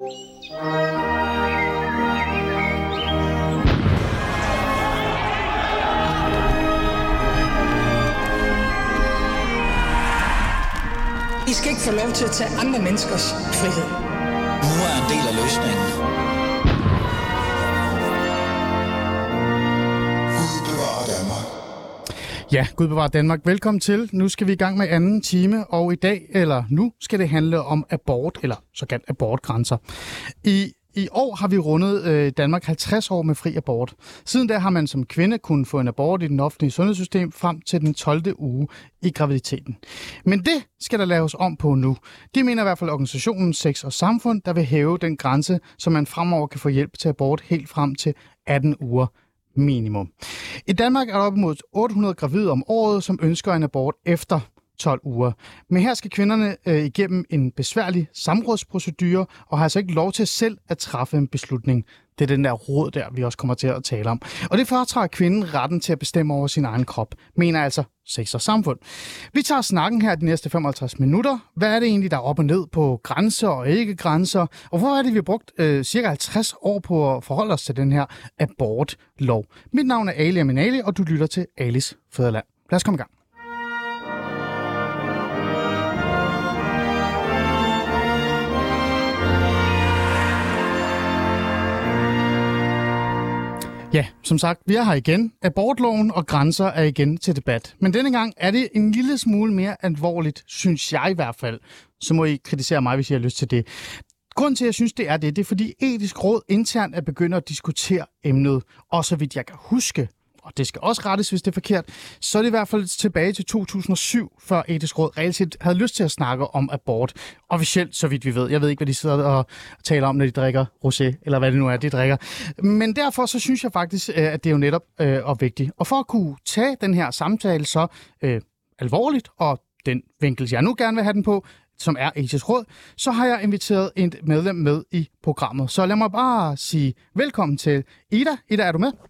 I skal ikke få lov til at tage andre menneskers frihed. Nu er en del af løsningen. Gud bevarer Danmark. Ja, Gud bevarer Danmark. Velkommen til. Nu skal vi i gang med anden time, og i dag, eller nu, skal det handle om abort, eller såkaldt abortgrænser. I år har vi rundet Danmark 50 år med fri abort. Siden da har man som kvinde kunnet få en abort i den offentlige sundhedssystem frem til den 12. uge i graviditeten. Men det skal der laves om på nu. Det mener i hvert fald organisationen Sex og Samfund, der vil hæve den grænse, så man fremover kan få hjælp til abort helt frem til 18 uger minimum. I Danmark er der op mod 800 gravide om året, som ønsker en abort efter 12 uger. Men her skal kvinderne igennem en besværlig samrådsprocedure, og har altså ikke lov til selv at træffe en beslutning. Det er den der råd der, vi også kommer til at tale om. Og det foretager kvinden retten til at bestemme over sin egen krop, mener altså Sex og Samfund. Vi tager snakken her de næste 55 minutter. Hvad er det egentlig, der er op og ned på grænser og ikke grænser? Og hvor er det, vi har brugt cirka 50 år på at forholde os til den her abortlov? Mit navn er Ali Aminali, og du lytter til Alis Fædreland. Lad os komme i gang. Ja, som sagt, vi er her igen. Abortloven og grænser er igen til debat. Men denne gang er det en lille smule mere alvorligt, synes jeg i hvert fald. Så må I kritisere mig, hvis I har lyst til det. Grunden til, at jeg synes, det er fordi Etisk Råd internt er begyndt at diskutere emnet. Og så vidt jeg kan huske, og det skal også rettes, hvis det er forkert, så er det i hvert fald tilbage til 2007, før Etisk Råd reelt set havde lyst til at snakke om abort. Officielt, så vidt vi ved. Jeg ved ikke, hvad de sidder og taler om, når de drikker rosé, eller hvad det nu er, de drikker. Men derfor så synes jeg faktisk, at det er jo netop og vigtigt. Og for at kunne tage den her samtale så alvorligt, og den vinkel, jeg nu gerne vil have den på, som er Etisk Råd, så har jeg inviteret et medlem med i programmet. Så lad mig bare sige velkommen til Ida. Ida, er du med?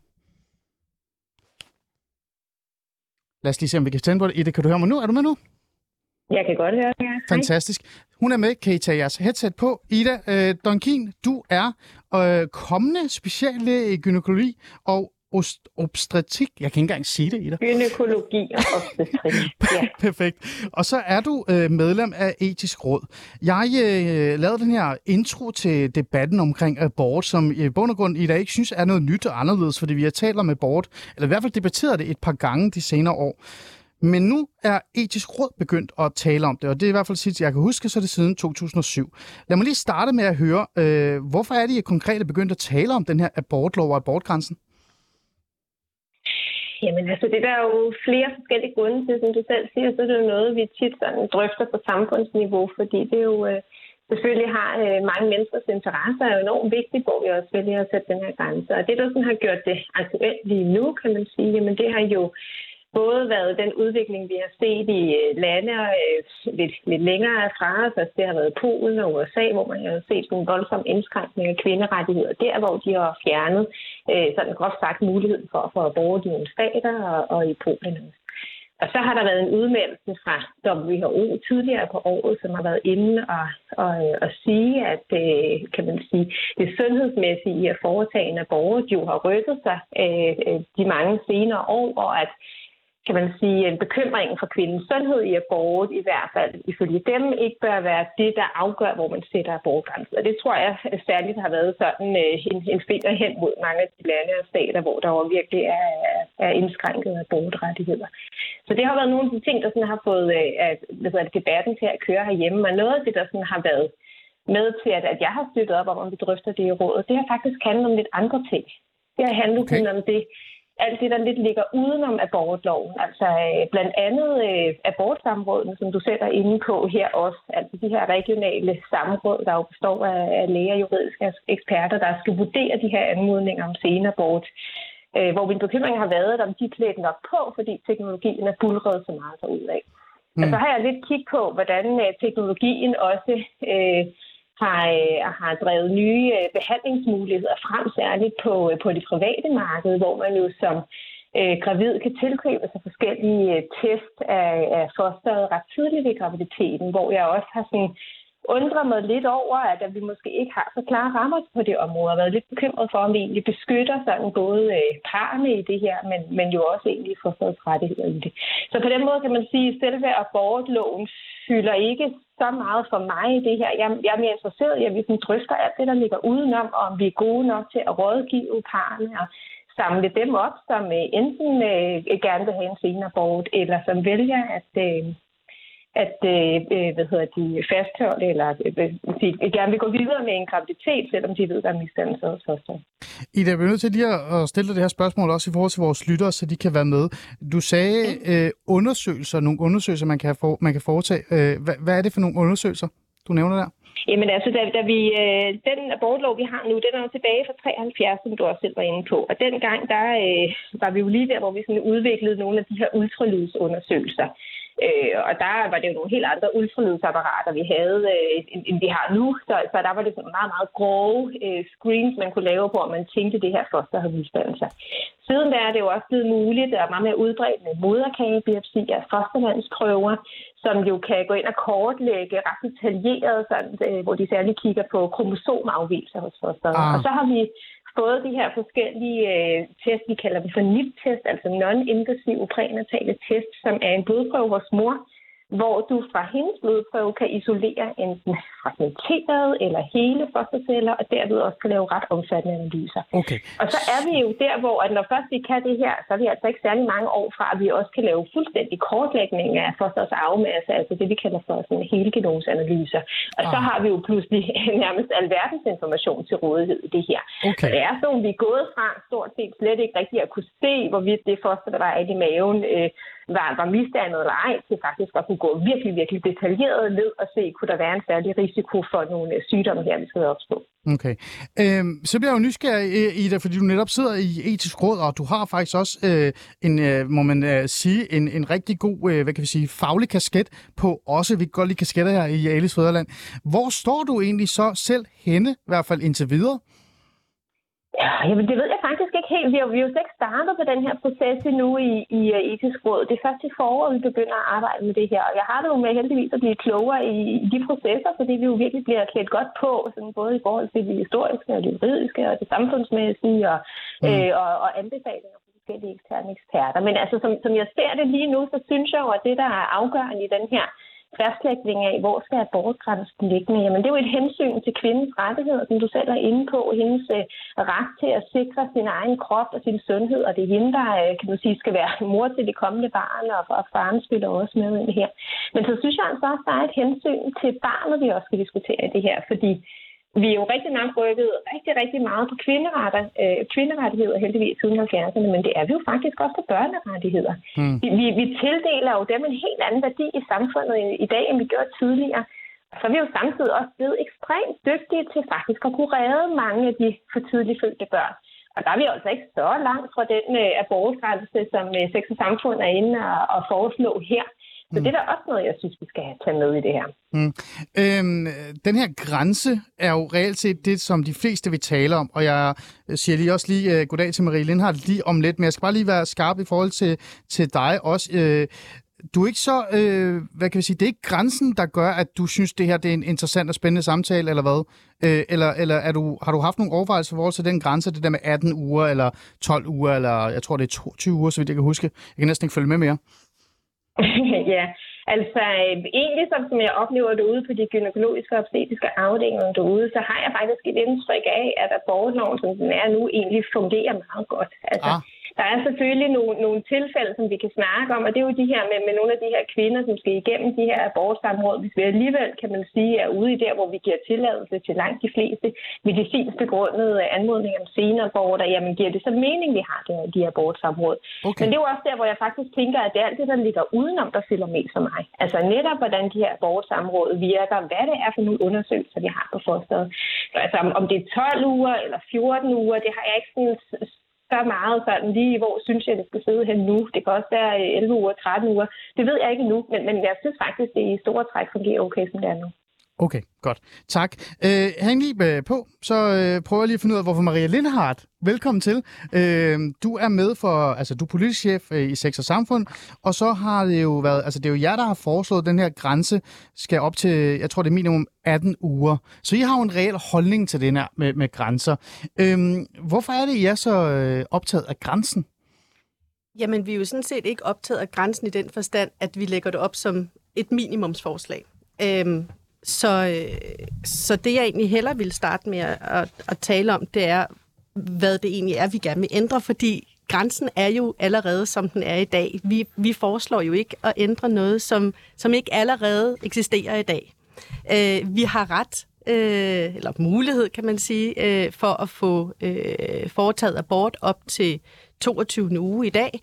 Lad os lige se, om vi kan tænde på det. Ida, kan du høre mig nu? Er du med nu? Jeg kan godt høre jer. Fantastisk. Hun er med. Kan I tage jeres headset på? Ida Donkin, du er kommende speciallæge i gynækologi og obstetrik. Jeg kan ikke engang sige det, Ida. Gynækologi og obstetrik. Ja. Perfekt. Og så er du medlem af Etisk Råd. Jeg lavede den her intro til debatten omkring abort, som i bund og grund Ida ikke synes er noget nyt og anderledes, fordi vi har talt om abort, eller i hvert fald debatteret det et par gange de senere år. Men nu er Etisk Råd begyndt at tale om det, og det er i hvert fald sidst, jeg kan huske, så er det siden 2007. Lad mig lige starte med at høre, hvorfor er det, I konkret begyndt at tale om den her abortlov og abortgrænsen? Jamen altså, det der er jo flere forskellige grunde til, som du selv siger, så er det jo noget, vi tit sådan drøfter på samfundsniveau, fordi det jo selvfølgelig har mange menneskers interesse, er jo enormt vigtigt, hvor vi også vælger at sætte den her grænse. Og det, der sådan har gjort det aktuelt lige nu, kan man sige, jamen det har jo både været den udvikling, vi har set i lande lidt længere fra os. Altså det har været Polen og USA, hvor man har set nogle voldsomme indskrænkninger af kvinderettigheder der, hvor de har fjernet, sådan groft sagt, muligheden for at få abort i nogle stater og i Polen også. Og så har der været en udmeldelse fra WHO tidligere på året, som har været inde og sige, at kan man sige, det sundhedsmæssige i at foretage en abort jo har rykket sig de mange senere år, og at kan man sige, en bekymring for kvindens sundhed i abort, i hvert fald ifølge dem, ikke bør være det, der afgør, hvor man sætter abortgrænsen. Og det tror jeg særligt har været sådan en finger hen mod mange af de lande og stater, hvor der jo virkelig er indskrænket abortrettigheder. Så det har været nogle af de ting, der sådan har fået debatten til at køre herhjemme, og noget af det, der sådan har været med til, at jeg har støttet op om vi drøfter det i rådet, det har faktisk handlet om lidt andre ting. Det har handlet om det, alt det, der lidt ligger udenom abortloven. Altså blandt andet abortsamrådene, som du sætter inde på her også. Altså de her regionale samråd, der jo består af læger og juridiske eksperter, der skal vurdere de her anmodninger om senabort. Hvor min bekymring har været, at om de klæder nok på, fordi teknologien er bulret så meget derudad. Og så har jeg lidt kig på, hvordan teknologien også har drevet nye behandlingsmuligheder frem, særligt på det private marked, hvor man jo som gravid kan tilkøbe sig forskellige test af fosteret ret tidligt i graviditeten, hvor jeg også har sådan undrer mig lidt over, at vi måske ikke har så klare rammer på det område, og været lidt bekymret for, om vi egentlig beskytter sådan både parerne i det her, men jo også egentlig fosterets rettigheder i det. Så på den måde kan man sige, at selve abortloven fylder ikke så meget for mig i det her. Jeg er mere interesseret i, at vi drøfter alt det, der ligger udenom, og om vi er gode nok til at rådgive parerne og samle dem op, som enten gerne vil have en senabort, eller som vælger at fastholde, eller gerne vil gå videre med en graviditet, selvom de ved, der er misdannelse hos fosteret. Ida, jeg bliver nødt til lige at stille dig det her spørgsmål også i forhold til vores lyttere, så de kan være med. Du sagde nogle undersøgelser, man kan foretage. Hvad er det for nogle undersøgelser, du nævner der? Jamen altså, den abortlov, vi har nu, den er jo tilbage fra 73, som du også selv var inde på. Og dengang, der var vi jo lige der, hvor vi sådan udviklede nogle af de her ultralydsundersøgelser. Og der var det jo nogle helt andre ultralydsapparater, vi havde, end vi har nu. Så der var det sådan meget, meget grove screens, man kunne lave på, om man tænkte, det her foster havde misdannelser. Siden der er det jo også blevet muligt, og meget mere udbredt med moderkagebiopsi af fostervandsprøver, som jo kan gå ind og kortlægge ret detaljeret, sådan, hvor de særligt kigger på kromosomafvigelser hos fosteret. Og så har vi fået de her forskellige test, vi kalder dem for NIPT-test, altså non-invasive prænatale test, som er en blodprøve hos mor, hvor du fra hendes blodprøve kan isolere enten fragmenterede eller hele fosterceller, og derved også kan lave ret omfattende analyser. Okay. Og så er vi jo der, hvor at når først vi kan det her, så er vi altså ikke særlig mange år fra, at vi også kan lave fuldstændig kortlægning af fosterets arvemasse, altså det, vi kalder for sådan helgenomsanalyser. Og så har vi jo pludselig nærmest alverdens information til rådighed i det her. Okay. Så det er sådan, vi er gået fra stort set slet ikke rigtig at kunne se, hvorvidt det foster, der var inde i maven, var misdannet eller ej, til faktisk at kunne gå virkelig, virkelig detaljeret ned og se, kunne der være en særlig risiko for nogle sygdomme her, vi skal opstå. Okay. Så bliver jeg jo nysgerrig, Ida, fordi du netop sidder i etisk råd, og du har faktisk også må man sige, en rigtig god, faglig kasket på også. Vi kan godt lide kasketter her i Alis Fædreland. Hvor står du egentlig så selv henne, i hvert fald indtil videre? Ja, det ved jeg faktisk ikke helt. Vi har jo ikke startet på den her proces endnu i etisk råd. Det er først i foråret, vi begynder at arbejde med det her. Og jeg har det jo med heldigvis at blive klogere i de processer, fordi vi jo virkelig bliver klædt godt på, sådan både i forhold til det historiske og det juridiske og det samfundsmæssige og anbefalinger fra forskellige eksterne eksperter. Men altså, som jeg ser det lige nu, så synes jeg jo, at det, der er afgørende i den her fastlægning af, hvor skal abortgrænsen ligge med? Jamen, det er jo et hensyn til kvindens rettigheder, som du selv er inde på, hendes ret til at sikre sin egen krop og sin sundhed, og det er hende, der kan man sige, skal være mor til det kommende barn, og faren spiller også med ind her. Men så synes jeg altså også, der er et hensyn til barnet, vi også skal diskutere i det her, fordi vi er jo rigtig nok rykket rigtig meget på kvinderettigheder heldigvis siden 70'erne, men det er vi jo faktisk også på børnerettigheder. Vi tildeler jo dem en helt anden værdi i samfundet i dag, end vi gjorde tidligere. Så er vi jo samtidig også blevet ekstremt dygtige til faktisk at kunne redde mange af de for tidligt fødte børn. Og der er vi altså ikke så langt fra den abortgrænse, som Sex og Samfund er inde og foreslå her. Så det er da også noget, jeg synes, vi skal tage med i det her. Den her grænse er jo reelt set det, som de fleste vil tale om, og jeg siger lige også goddag til Marie Lindhardt lige om lidt, men jeg skal bare lige være skarp i forhold til dig også. Du er ikke så, det er ikke grænsen, der gør, at du synes, det her det er en interessant og spændende samtale, eller hvad? Eller har du haft nogle overvejelser i forhold til den grænse, det der med 18 uger, eller 12 uger, eller jeg tror, det er 22 uger, så vidt jeg kan huske. Jeg kan næsten ikke følge med mere. Ja, altså egentlig som jeg oplever derude på de gynækologiske og obstetriske afdelinger derude, så har jeg faktisk et indtryk af, at abortloven, som den er nu, egentlig fungerer meget godt. Altså, der er selvfølgelig nogle tilfælde, som vi kan snakke om, og det er jo de her med nogle af de her kvinder, som skal igennem de her abortsamråd, hvis vi alligevel, kan man sige, er ude i der, hvor vi giver tilladelse til langt de fleste medicinsk begrundede anmodninger om senaborter, jamen giver det så mening, vi har de her abortsamråd. Okay. Men det er jo også der, hvor jeg faktisk tænker, at det er alt det, der ligger udenom, der fylder mest for mig. Altså netop, hvordan de her abortsamråd virker, hvad det er for nogle undersøgelser, vi har på fosteret. Så altså, om det er 12 uger eller 14 uger, det har jeg ikke sådan så meget sådan lige, hvor synes jeg, det skal sidde hen nu. Det kan også være 11 uger, 13 uger. Det ved jeg ikke endnu, men jeg synes faktisk, det i store træk fungerer okay, som det er nu. Okay, godt. Tak. Hæng lige på, så prøver jeg lige at finde ud af, hvorfor Maria Lindhardt, velkommen til. Du er med du er politisk chef i Sex og Samfund, og så har det jo været, det er jo jer, der har foreslået, at den her grænse skal op til, jeg tror det er minimum 18 uger. Så I har jo en reel holdning til den her med grænser. Hvorfor er det, I er så optaget af grænsen? Jamen, vi er jo sådan set ikke optaget af grænsen i den forstand, at vi lægger det op som et minimumsforslag. Så det, jeg egentlig hellere vil starte med at tale om, det er, hvad det egentlig er, vi gerne vil ændre, fordi grænsen er jo allerede, som den er i dag. Vi foreslår jo ikke at ændre noget, som ikke allerede eksisterer i dag. Vi har ret, eller mulighed, kan man sige, for at få foretaget abort op til 22. uge i dag.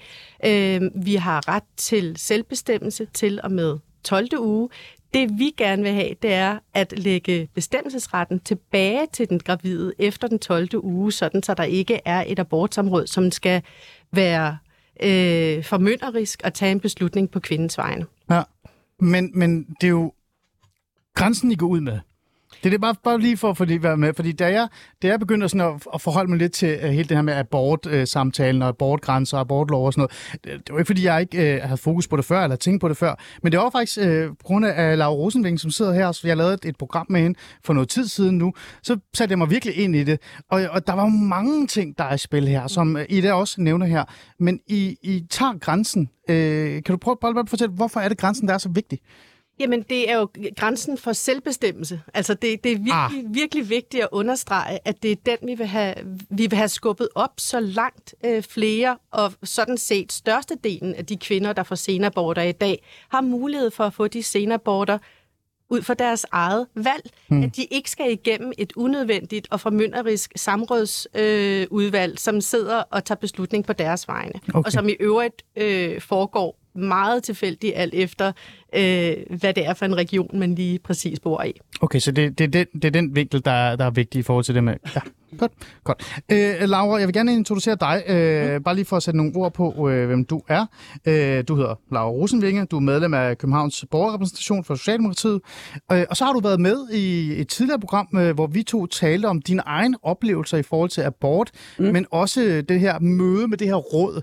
Vi har ret til selvbestemmelse til og med 12. uge. Det vi gerne vil have, det er at lægge bestemmelsesretten tilbage til den gravide efter den 12. uge, sådan så der ikke er et abortsamråd, som skal være formynderisk at tage en beslutning på kvindens vegne. Ja, men det er jo grænsen, I går ud med. Det er bare lige for at være med, fordi da jeg begyndte sådan at forholde mig lidt til hele det her med abort-samtalen og abortgrænser og abortlov og sådan noget, det var ikke, fordi jeg ikke havde fokus på det før, eller tænkt på det før, men det var faktisk på grund af Laura Rosenving, som sidder her, så jeg lavede et program med hende for noget tid siden nu, så satte jeg mig virkelig ind i det, og der var mange ting, der er i spil her, som I da også nævner her, men I tager grænsen. Kan du prøve at fortælle, hvorfor er det grænsen, der er så vigtig? Jamen, det er jo grænsen for selvbestemmelse. Altså, det er virkelig, virkelig vigtigt at understrege, at det er den, vi vil have skubbet op så langt flere, og sådan set størstedelen af de kvinder, der får senaborter i dag, har mulighed for at få de senaborter ud fra deres eget valg, at de ikke skal igennem et unødvendigt og formynderisk samrådsudvalg, som sidder og tager beslutning på deres vegne, og som i øvrigt foregår meget tilfældigt alt efter, hvad det er for en region, man lige præcis bor i. Okay, så det er den vinkel, der er vigtig i forhold til det med... Ja, godt. Laura, jeg vil gerne introducere dig, bare lige for at sætte nogle ord på, hvem du er. Du hedder Laura Rosenvinge, du er medlem af Københavns Borgerrepræsentation for Socialdemokratiet, og så har du været med i et tidligere program, hvor vi to talte om dine egne oplevelser i forhold til abort, men også det her møde med det her råd.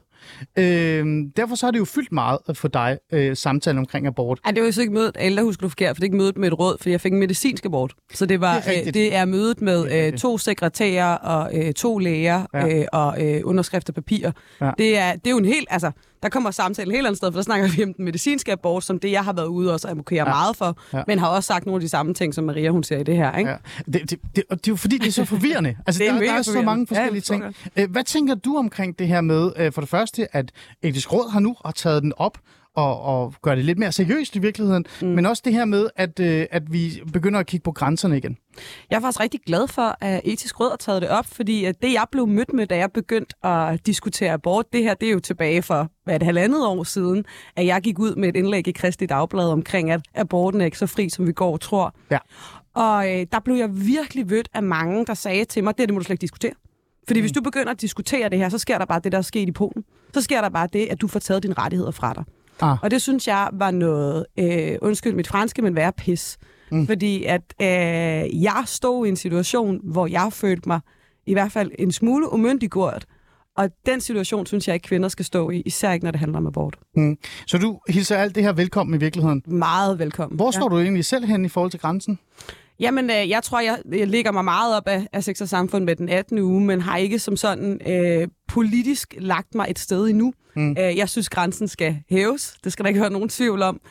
Derfor så har det jo fyldt meget for dig, samtalen omkring abort. Ej, det var jo så ikke mødet, eller husker du forkert, for det er ikke mødet med et råd, fordi jeg fik en medicinsk abort. Så det var det er mødet med 2 sekretærer og 2 læger og underskrifter papirer. Ja. Det er jo en helt, der kommer samtalen et helt andet sted, for der snakker vi om den medicinske abort, som det jeg har været ude og så advokere meget for, men har også sagt nogle af de samme ting, som Maria hun siger i det her, ikke? Ja. Det er jo fordi, det er så forvirrende. Der er så mange forskellige ting. Hvad tænker du omkring det her med, for det første, at Etisk Råd har taget den op, og gøre det lidt mere seriøst i virkeligheden, men også det her med, at vi begynder at kigge på grænserne igen. Jeg er faktisk rigtig glad for, at Etisk Råd har taget det op, fordi at det, jeg blev mødt med, da jeg begyndte at diskutere abort, det her, det er jo tilbage for 1,5 år siden, at jeg gik ud med et indlæg i Kristeligt Dagblad omkring, at aborten er ikke så fri, som vi går og tror. Ja. Og der blev jeg virkelig mødt af mange, der sagde til mig, det må du slet ikke diskutere. Fordi hvis du begynder at diskutere det her, så sker der bare det, der er sket i Polen. Så sker der bare det, at du får taget dine rettigheder fra dig. Og det synes jeg var noget, undskyld mit franske, men værre pis. Fordi at jeg stod i en situation, hvor jeg følte mig i hvert fald en smule umyndiggjort. Og den situation synes jeg ikke, kvinder skal stå i, især ikke, når det handler om abort. Så du hilser alt det her velkommen i virkeligheden? Meget velkommen. Hvor står du egentlig selv hen i forhold til grænsen? Jamen, jeg tror, jeg ligger mig meget op af Sex og Samfund med den 18. uge, men har ikke som sådan politisk lagt mig et sted endnu. Jeg synes, grænsen skal hæves. Det skal der ikke være nogen tvivl om.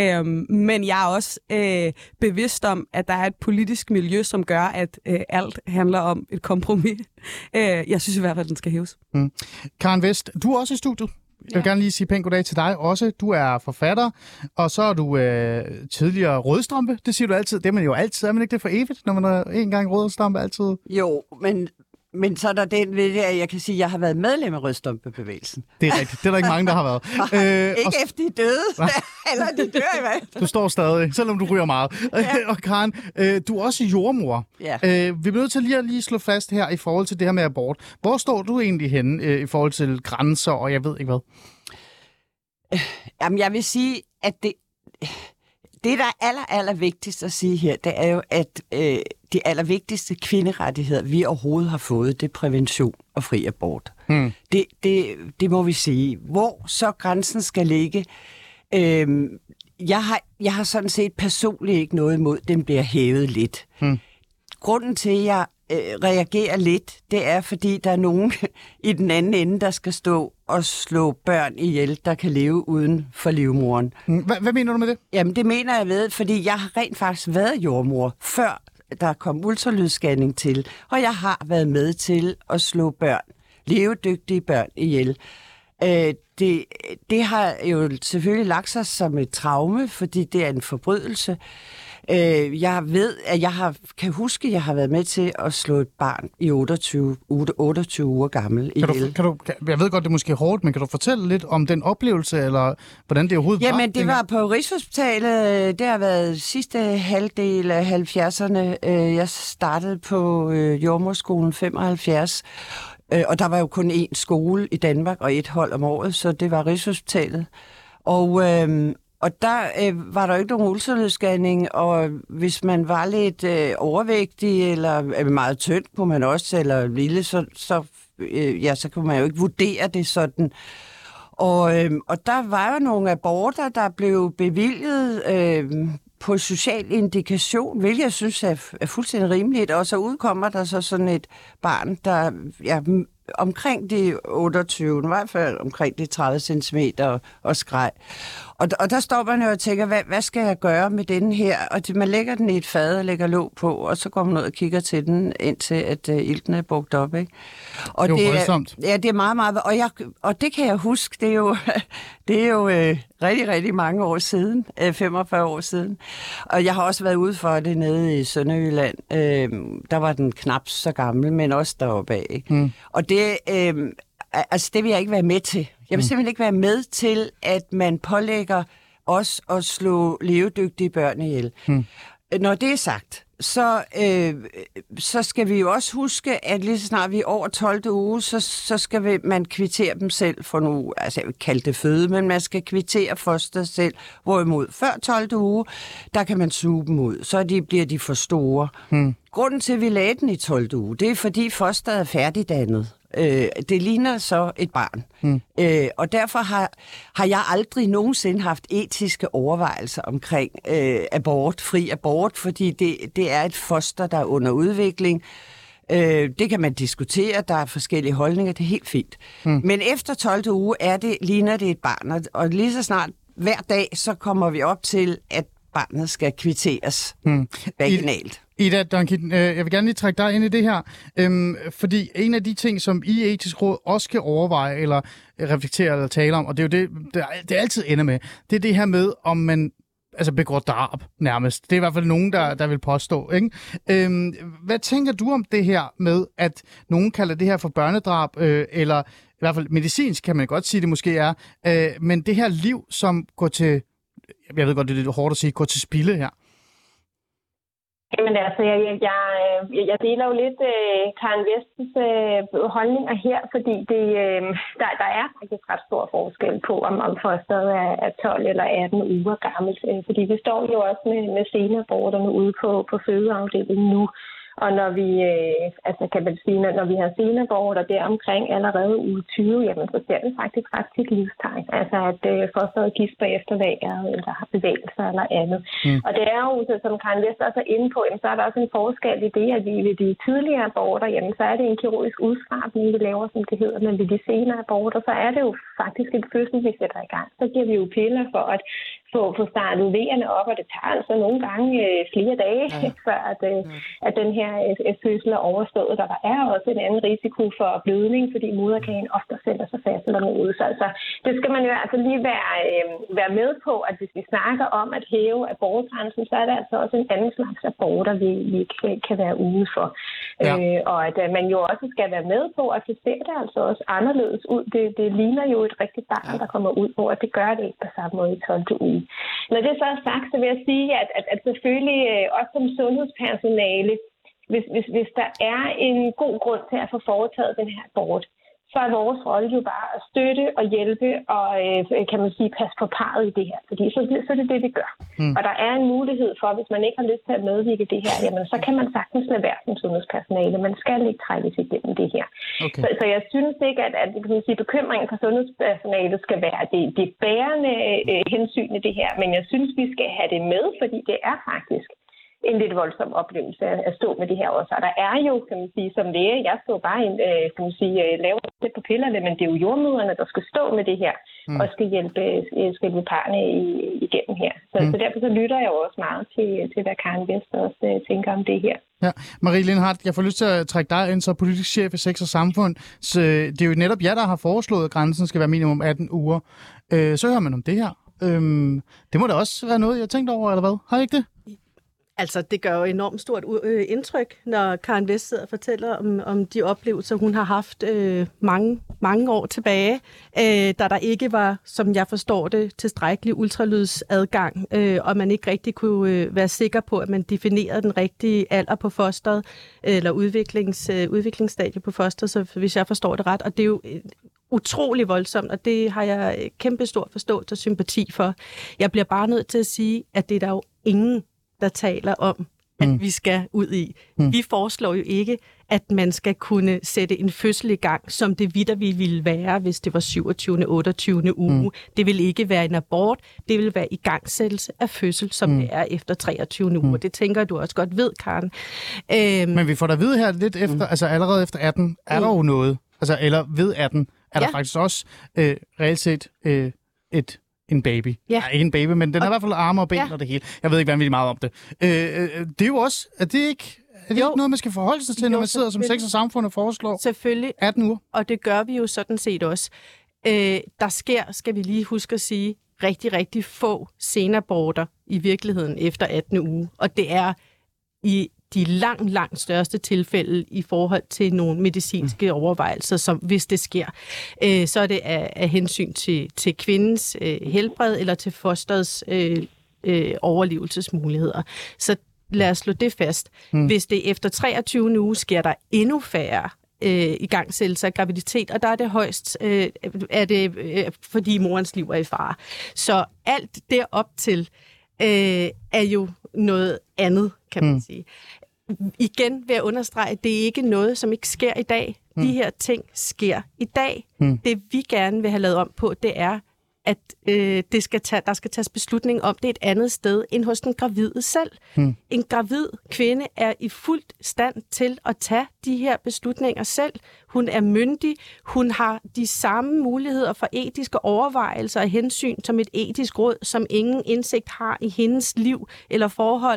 Men jeg er også bevidst om, at der er et politisk miljø, som gør, at alt handler om et kompromis. Jeg synes i hvert fald, at den skal hæves. Karen West, du er også i studiet. Jeg vil gerne lige sige pænt goddag til dig også. Du er forfatter, og så er du tidligere rødstrømpe. Det siger du altid. Det er man jo altid. Er man ikke det for evigt, når man er en gang rødstrømpe altid? Jo, men så er der den ved det, at jeg kan sige, at jeg har været medlem af rødstrømpebevægelsen. Det er rigtigt. Det er der ikke mange, der har været. Ikke efter de døde. Eller de dør i hvert fald. Du står stadig, selvom du ryger meget. Ja. Og Karen, du er også jordmor. Ja. Vi bliver nødt til lige slå fast her i forhold til det her med abort. Hvor står du egentlig henne i forhold til grænser, og jeg ved ikke hvad? Jamen, jeg vil sige, at det, der er aller vigtigst at sige her, det er jo, at de allervigtigste kvinderettigheder, vi overhovedet har fået, det er prævention og fri abort. Det må vi sige. Hvor så grænsen skal ligge, jeg har sådan set personligt ikke noget imod, den bliver hævet lidt. Grunden til, at jeg reagerer lidt, det er, fordi der er nogen i den anden ende, der skal stå og slå børn ihjel, der kan leve uden for livmoderen. Hvad mener du med det? Jamen, det mener jeg ved, fordi jeg har rent faktisk været jordmor, før der kom ultralydsscanning til, og jeg har været med til at slå børn, levedygtige børn ihjel. Det har jo selvfølgelig lagt sig som et traume, fordi det er en forbrydelse. Jeg ved, at kan huske, at jeg har været med til at slå et barn i 28 uger gammel ihjel. Jeg ved godt, det er måske hårdt, men kan du fortælle lidt om den oplevelse, eller hvordan det overhovedet var? Jamen, det var på Rigshospitalet. Det har været sidste halvdel af 70'erne. Jeg startede på Jordemoderskolen 75. Og der var jo kun én skole i Danmark og et hold om året, så det var Rigshospitalet. Og der var der jo ikke nogen ultralydsscanning, og hvis man var lidt overvægtig eller meget tynd, kunne man også, eller lille, så kunne man jo ikke vurdere det sådan. Og der var jo nogle aborter, der blev bevilget på social indikation, hvilket jeg synes er fuldstændig rimeligt, og så udkommer der så sådan et barn, der omkring de 28, i hvert fald omkring de 30 centimeter og skreg. Og der står man jo og tænker, hvad skal jeg gøre med den her? Og man lægger den i et fad og lægger låg på, og så går man ud og kigger til den, indtil at ilten er brugt op. Ikke? Og det er jo voldsomt. Ja, det er meget, meget. Og det kan jeg huske, det er jo rigtig, rigtig mange år siden, 45 år siden. Og jeg har også været ude for det nede i Sønderjylland. Der var den knap så gammel, men også deroppe af. Ikke? Og det vil jeg ikke være med til. Jeg vil simpelthen ikke være med til, at man pålægger os at slå levedygtige børn ihjel. Når det er sagt, så skal vi jo også huske, at lige så snart vi er over 12. uge, så skal man kvittere dem selv for nu, altså jeg vil kalde det føde, men man skal kvittere fosteret selv. Hvorimod før 12. uge, der kan man suge dem ud, så bliver de for store. Grunden til, at vi lagde den i 12. uge, det er fordi fosteret er færdigdannet. Det ligner så et barn. Og derfor har jeg aldrig nogensinde haft etiske overvejelser omkring fri abort, fordi det er et foster, der er under udvikling. Det kan man diskutere, der er forskellige holdninger, det er helt fint. Men efter 12. uge ligner det et barn, og lige så snart hver dag, så kommer vi op til, at barnet skal kvitteres vaginalt. Ida Duncan, jeg vil gerne lige trække dig ind i det her, fordi en af de ting, som I Etisk Råd også skal overveje, eller reflektere eller tale om, og det er jo det altid ender med, det er det her med, om man begår drab nærmest. Det er i hvert fald nogen, der vil påstå. Ikke? Hvad tænker du om det her med, at nogen kalder det her for børnedrab, eller i hvert fald medicinsk kan man godt sige, det måske er, men det her liv, som går til, jeg ved godt, det er lidt hårdt at sige, går til spilde her? Jamen altså, jeg deler jo lidt Karen Vestens holdninger her, fordi der er faktisk ret stor forskel på, om fosteret er 12 eller 18 uger gammelt. Fordi vi står jo også med senaborterne ude på fødeafdelingen nu. Og når vi, kan man sige, når vi har senaborter der omkring allerede uge 20, jamen så ser vi faktisk ret tit livstegn. Altså at fosteret gisper efter vejret, eller har bevægelser eller andet. Og det er jo, som Karen Vest også er inde på, jamen, så er der også en forskel i det, at vi ved de tidligere aborter, jamen så er det en kirurgisk udskrabning, vi laver, som det hedder, men ved de senere aborter, så er det jo faktisk en fødsel, vi sætter i gang. Så giver vi jo piller for at få startet vejerne op, og det tager altså nogle gange flere dage, før at den her fødsel er overstået. Der er også en anden risiko for blødning, fordi moderkagen ofte sætter sig fast eller noget. Så altså, det skal man jo altså lige være med på, at hvis vi snakker om at hæve abortgrænsen, så er det altså også en anden slags aborter, vi kan være ude for. Ja. Og at man jo også skal være med på, at det ser det altså også anderledes ud. Det ligner jo et rigtigt barn, der kommer ud på, og det gør det ikke på samme måde i 12. uge. Når det så er sagt, så vil jeg sige, at selvfølgelig også som sundhedspersonale, hvis der er en god grund til at få foretaget den her abort, så er vores rolle jo bare at støtte og hjælpe og, kan man sige, passe på parret i det her. Fordi så er det det, vi gør. Og der er en mulighed for, hvis man ikke har lyst til at medvirke det her, jamen så kan man sagtens lade være som sundhedspersonale. Man skal ikke trækkes igennem det her. Okay. Så jeg synes ikke, at kan man sige, bekymringen for sundhedspersonalet skal være det bærende hensyn i det her. Men jeg synes, vi skal have det med, fordi det er faktisk en lidt voldsom oplevelse at stå med det her også. Og der er jo, kan man sige, som læge, jeg står bare kan man sige, laver lidt på pillerne, men det er jo jordmøderne, der skal stå med det her, og skal hjælpe parrene igennem her. Så derfor så lytter jeg jo også meget til hvad Karen Vest også tænker om det her. Ja, Marie Lindhardt, jeg får lyst til at trække dig ind som politisk chef i Sex og Samfund. Så det er jo netop jer, der har foreslået, at grænsen skal være minimum 18 uger. Så hører man om det her. Det må da også være noget, jeg har tænkt over, eller hvad? Har I ikke det? Altså, det gør jo enormt stort indtryk, når Karen Vest sidder og fortæller om de oplevelser, hun har haft mange år tilbage, da der ikke var, som jeg forstår det, tilstrækkelig ultralydsadgang, og man ikke rigtig kunne være sikker på, at man definerede den rigtige alder på fosteret, eller udviklingsstadie på fosteret, så hvis jeg forstår det ret. Og det er jo utrolig voldsomt, og det har jeg kæmpe stor forståelse og sympati for. Jeg bliver bare nødt til at sige, at det er der jo ingen, der taler om, at vi skal ud i. Vi foreslår jo ikke, at man skal kunne sætte en fødsel i gang, som det vitterligt ville være, hvis det var 27. 28. uge. Det vil ikke være en abort, det vil være igangsættelse af fødsel, som det er efter 23. uge. Det tænker du også godt ved, Karen. Men vi får da vide her lidt efter, altså allerede efter 18, er der jo noget, altså eller ved 18, er der faktisk også reelt set en baby. Ja. Nej, ikke en baby, men den er i hvert fald arme og ben og det hele. Jeg ved ikke vanvittigt meget om det. Det er jo også, er det ikke noget, man skal forholde sig til, når man sidder som Sex og Samfund og foreslår selvfølgelig 18 uger? Og det gør vi jo sådan set også. Der sker, skal vi lige huske at sige, rigtig, rigtig få senaborter i virkeligheden efter 18. uge. Og det er i de langt største tilfælde i forhold til nogle medicinske overvejelser, som hvis det sker, så er det af hensyn til kvindens helbred eller til fosterets overlevelsesmuligheder. Så lad os slå det fast. Hvis det efter 23. uge sker der endnu færre igangsættelse af graviditet, og der er det højst, fordi morens liv er i fare. Så alt derop til er jo noget andet, kan man sige. Igen vil jeg understrege, at det er ikke noget, som ikke sker i dag. De her ting sker i dag. Det vi gerne vil have lavet om på, det er, at der skal tages beslutning om det et andet sted end hos den gravide selv. En gravid kvinde er i fuldt stand til at tage de her beslutninger selv. Hun er myndig. Hun har de samme muligheder for etiske overvejelser og hensyn som et etisk råd, som ingen indsigt har i hendes liv eller forhold.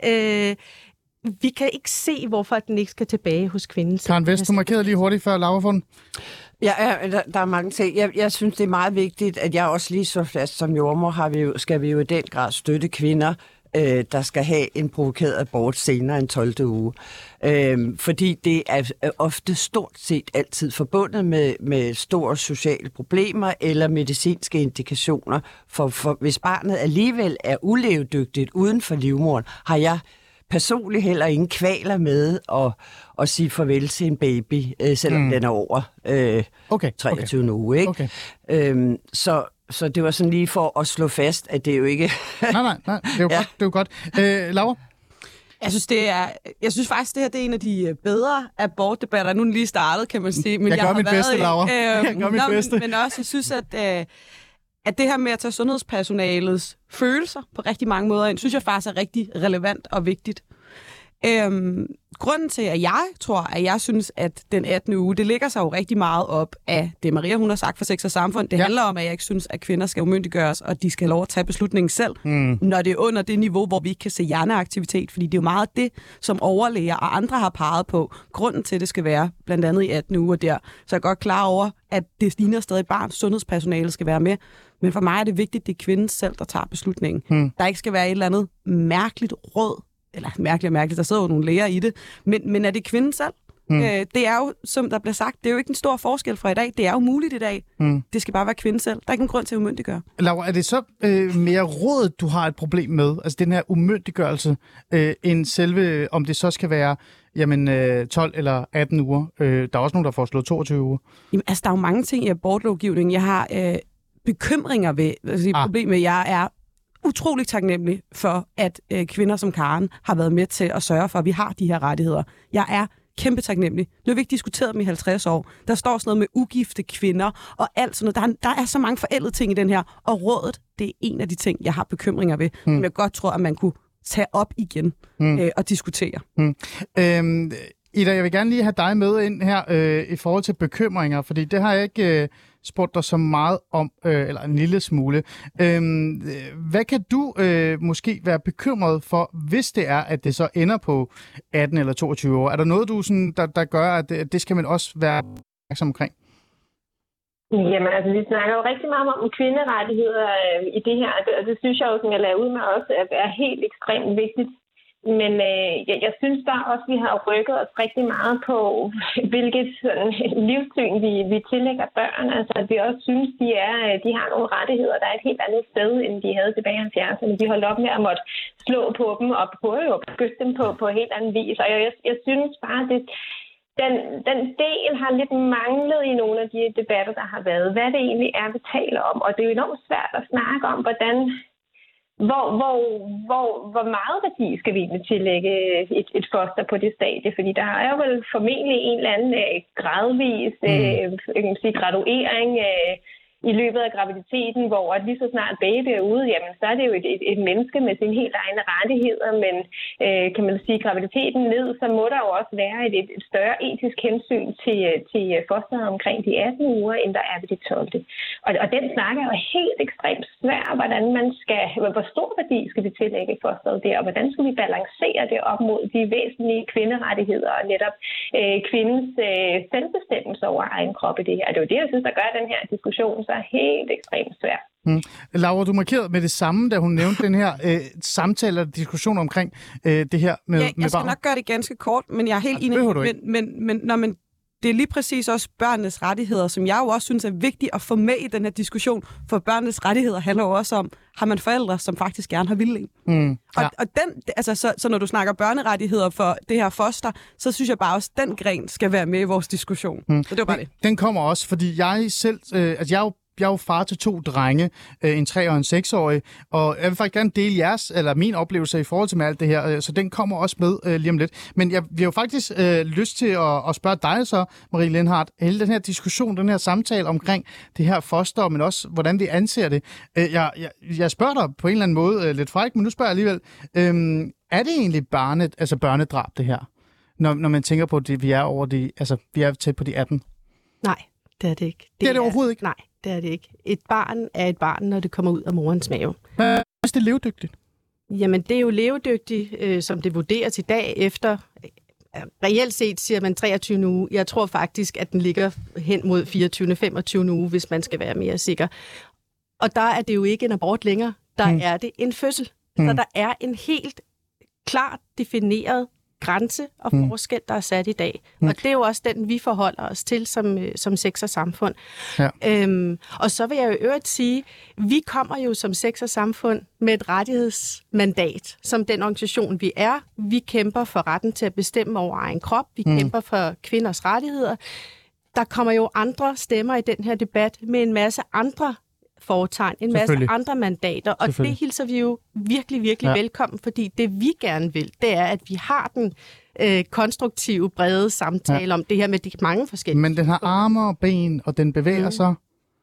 Vi kan ikke se, hvorfor den ikke skal tilbage hos kvinden. Karen Vest, du markerede lige hurtigt før Laura Fund. Ja, der er mange ting. Jeg synes, det er meget vigtigt, at jeg også lige så fast som jordmor skal vi jo i den grad støtte kvinder, der skal have en provokeret abort senere end 12. uge. Fordi det er ofte stort set altid forbundet med store sociale problemer eller medicinske indikationer. For hvis barnet alligevel er ulevedygtigt uden for livmoderen, har jeg personligt heller ingen kvaler med at sige farvel til en baby, selvom den er over 23. uge. Ikke? Okay. Så det var sådan lige for at slå fast, at det jo ikke... nej, det er jo godt. Det er jo godt. Laura? Jeg synes faktisk, det her det er en af de bedre abortdebatter. Nu er den lige startet, kan man sige. Men jeg gør mit bedste, Laura. Jeg gør mit bedste. Men også, jeg synes, at det her med at tage sundhedspersonalets følelser på rigtig mange måder ind, synes jeg faktisk er rigtig relevant og vigtigt. Grunden til, at jeg tror, at jeg synes, at den 18. uge, det ligger sig jo rigtig meget op af det, Maria hun har sagt for Sex og Samfund. Det handler om, at jeg ikke synes, at kvinder skal umyndiggøres, og de skal have lov at tage beslutningen selv, når det er under det niveau, hvor vi ikke kan se hjerneaktivitet. Fordi det er jo meget det, som overlæger og andre har peget på. Grunden til, at det skal være blandt andet i 18 uger der. Så jeg er godt klar over, at det ligner stadig barns sundhedspersonale skal være med. Men for mig er det vigtigt, at det er kvinden selv, der tager beslutningen. Der ikke skal være et eller andet mærkeligt råd, eller mærkeligt, der sidder jo nogle læger i det, men er det kvinden selv, Det er jo, som der bliver sagt, det er jo ikke en stor forskel fra i dag. Det er jo muligt i dag. Det skal bare være kvinde selv. Der er ikke en grund til at umyndiggøre. Laura, er det så mere rådet, du har et problem med? Altså den her umyndiggørelse, end selve, om det så skal være 12 eller 18 uger. Der er også nogen, der får slået 22 uger. Jamen, altså, der er jo mange ting i abortlovgivningen. Jeg har bekymringer ved, problemet. Jeg er utroligt taknemmelig for, at kvinder som Karen har været med til at sørge for, at vi har de her rettigheder. Jeg er kæmpe taknemmelig. Nu har vi ikke diskuteret dem i 50 år. Der står sådan noget med ugifte kvinder og alt sådan noget. Der er så mange forældede ting i den her. Og rådet, det er en af de ting, jeg har bekymringer ved. Som jeg godt tror, at man kunne tage op igen og diskutere. Ida, jeg vil gerne lige have dig med ind her i forhold til bekymringer, fordi det har jeg ikke spurgt dig så meget om, eller en lille smule. Hvad kan du måske være bekymret for, hvis det er, at det så ender på 18 eller 22 år? Er der noget, du sådan, der gør, at det skal man også være opmærksom omkring? Jamen, altså, vi snakker jo rigtig meget om kvinderettigheder i det her, og det synes jeg jo, som jeg lader ud med også, er helt ekstremt vigtigt. Men jeg synes bare også, at vi har rykket os rigtig meget på, hvilket livssyn vi tillægger børn. Altså, at vi også synes, de har nogle rettigheder, der er et helt andet sted, end de havde tilbage i 70'erne. De holdt op med at måtte slå på dem og prøve at beskytte dem på helt anden vis. Og jeg synes bare, at den del har lidt manglet i nogle af de debatter, der har været. Hvad det egentlig er, vi taler om. Og det er jo enormt svært at snakke om, hvordan... Hvor meget værdi skal vi egentlig tillægge et foster på det stadie? Fordi der er jo vel formentlig en eller anden gradvis graduering i løbet af graviditeten, hvor at lige så snart baby er ude, jamen så er det jo et menneske med sine helt egne rettigheder, men kan man sige graviditeten ned, så må der jo også være et større etisk hensyn til fosteret omkring de 18 uger, end der er ved de 12. Og den snak er jo helt ekstremt svær, hvordan man skal, hvor stor værdi skal vi tillægge fosteret der, og hvordan skal vi balancere det op mod de væsentlige kvinderettigheder og netop kvindens selvbestemmelse over egen krop i det her. Det er jo det, jeg synes, der gør den her diskussion så helt ekstremt svært. Laura, du markerede med det samme, da hun nævnte den her samtale og diskussion omkring det her med barn. Jeg skal nok gøre det ganske kort, men jeg er helt enig. Men det er lige præcis også børnenes rettigheder, som jeg jo også synes er vigtigt at få med i den her diskussion, for børnenes rettigheder handler jo også om, har man forældre, som faktisk gerne har vildt en. Og den, altså, så når du snakker børnerettigheder for det her foster, så synes jeg bare også, at den gren skal være med i vores diskussion. Så det var bare det. Den kommer også, fordi jeg selv, jeg er jo far til 2 drenge, en 3- og en 6-årig, og jeg vil faktisk gerne dele min oplevelse i forhold til med alt det her, så den kommer også med lige om lidt. Men vi har jo faktisk lyst til at spørge dig så, Marie Lindhardt, hele den her diskussion, den her samtale omkring det her foster, men også hvordan vi anser det. Jeg spørger dig på en eller anden måde lidt fræk, men nu spørger jeg alligevel, er det egentlig børnedrab det her, når man tænker på det, vi er tæt på de 18? Nej, det er det ikke. Det er det overhovedet ikke? Nej. Det er det ikke. Et barn er et barn, når det kommer ud af morens mave. Hvis det er levedygtigt? Jamen, det er jo levedygtigt, som det vurderes i dag efter. Reelt set siger man 23 uge. Jeg tror faktisk, at den ligger hen mod 24. 25. uge, hvis man skal være mere sikker. Og der er det jo ikke en abort længere. Der er det en fødsel. Så der er en helt klart defineret grænse og forskel, der er sat i dag. Og det er jo også den, vi forholder os til som sex- og samfund. Ja. Og så vil jeg jo øvrigt sige, vi kommer jo som sex- og samfund med et rettighedsmandat, som den organisation, vi er. Vi kæmper for retten til at bestemme over egen krop. Vi kæmper for kvinders rettigheder. Der kommer jo andre stemmer i den her debat med en masse andre foretegn, en masse andre mandater, og det hilser vi jo virkelig velkommen, fordi det vi gerne vil, det er, at vi har den konstruktive, brede samtale om det her med de mange forskellige. Men den har arme og ben, og den bevæger sig.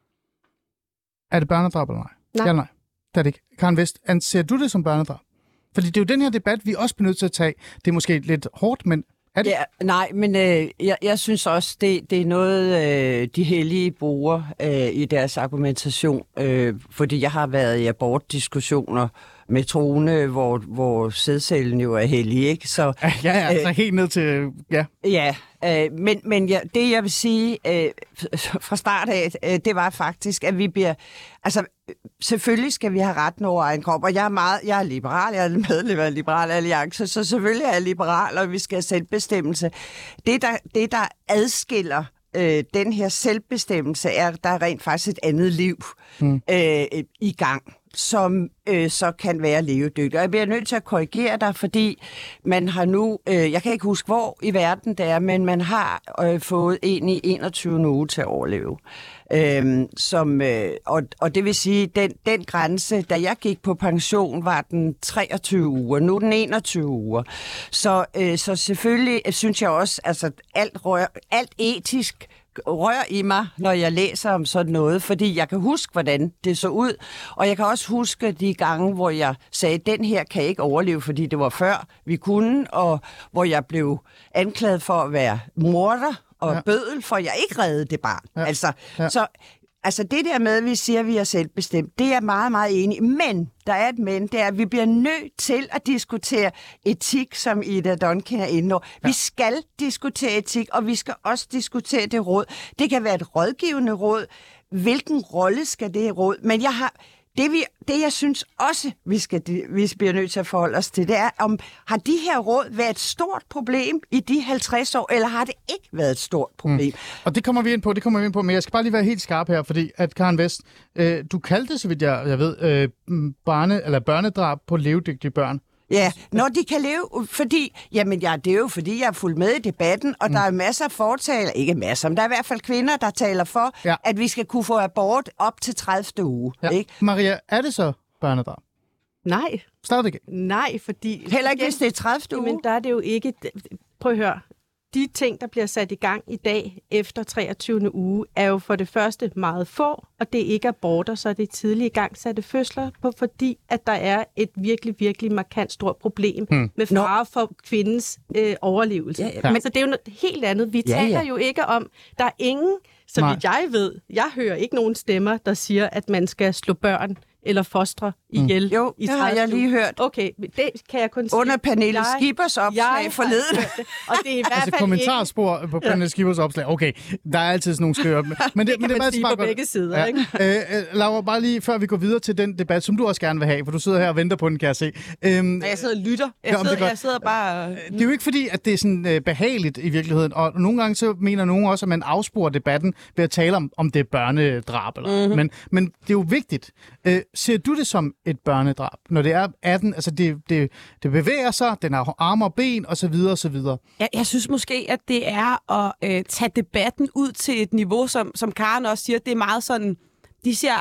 Er det børnedrab eller nej? Nej. Ja, nej. Det er det ikke. Karen Westh, anser du det som børnedrab? Fordi det er jo den her debat, vi også bliver nødt til at tage. Det er måske lidt hårdt, men er det? Ja, nej, men jeg synes også, det er noget, de hellige bruger i deres argumentation. Fordi jeg har været i abortdiskussioner matrone, hvor sædcellen jo er hellig, ikke? Så, så helt ned til... Ja, men det jeg vil sige fra start af, det var faktisk, at vi bliver... Altså, selvfølgelig skal vi have retten over egen krop, og jeg er liberal, jeg er medlem af Liberal Alliance, så selvfølgelig er jeg liberal, og vi skal have selvbestemmelse. Det, der adskiller den her selvbestemmelse, er, der er rent faktisk et andet liv i gang, som så kan være levedygtigt. Og jeg bliver nødt til at korrigere dig, fordi man har nu, jeg kan ikke huske, hvor i verden det er, men man har fået en i 21. uge til at overleve. Og det vil sige, den grænse, da jeg gik på pension, var den 23 uger. Nu er den 21 uger. Så selvfølgelig synes jeg også, altså alt etisk rører i mig, når jeg læser om sådan noget, fordi jeg kan huske, hvordan det så ud, og jeg kan også huske de gange, hvor jeg sagde, den her kan ikke overleve, fordi det var før vi kunne, og hvor jeg blev anklaget for at være morder og bødel, for jeg ikke reddede det barn. Altså det der med, at vi siger, at vi er selvbestemt, det er jeg meget, meget enig i. Men, der er et men, det er, at vi bliver nødt til at diskutere etik, som Ida Donkin er inde over. Vi skal diskutere etik, og vi skal også diskutere det råd. Det kan være et rådgivende råd. Hvilken rolle skal det råd? Men det, jeg synes også, vi bliver nødt til at forholde os til, det er, har de her råd været et stort problem i de 50 år, eller har det ikke været et stort problem? Og det kommer vi ind på, men jeg skal bare lige være helt skarp her, fordi at Karen Westh, du kaldte, så vidt jeg ved, børnedrab på levedygtige børn. Ja, når de kan leve, fordi, det er jo fordi, jeg er fulgt med i debatten, og der er masser af fortaler, ikke masser, men der er i hvert fald kvinder, der taler for, at vi skal kunne få abort op til 30. uge. Ja. Ikke? Maria, er det så børnedrab? Nej. Stadigvæk? Nej, fordi... Heller ikke, hvis det er 30. uge? Men der er det jo ikke... Prøv at høre. De ting, der bliver sat i gang i dag efter 23. uge, er jo for det første meget få, og det er ikke aborter, så det er tidlige igangsatte fødsler, fordi at der er et virkelig, virkelig markant stort problem med fare for kvindens overlevelse. Ja. Men så det er jo noget helt andet. Vi taler jo ikke om, der er ingen, så vidt jeg ved, jeg hører ikke nogen stemmer, der siger, at man skal slå børn eller fostre ihjel. Jo, det har jeg lige hørt. Okay, det kan jeg kun sige. Under Pernille Skippers opslag forleden. Og det er i hvert fald kommentarspor på Pernille Skippers opslag. Okay, der er altid sådan nogle skriver. Men det kan man sige på begge sider, ikke? Laura, bare lige før vi går videre til den debat, som du også gerne vil have, for du sidder her og venter på den, kan jeg se. Jeg sidder og lytter. Jeg sidder bare... Det er jo ikke fordi, at det er sådan behageligt i virkeligheden, og nogle gange så mener nogen også, at man afsporer debatten ved at tale om det er børnedrab. Eller. Men det er jo vigtigt. Ser du det som et børnedrab, når det er 18, altså det bevæger sig, den har arme og ben, og så videre, og så videre? Jeg synes måske, at det er at tage debatten ud til et niveau, som Karen også siger, det er meget sådan, de siger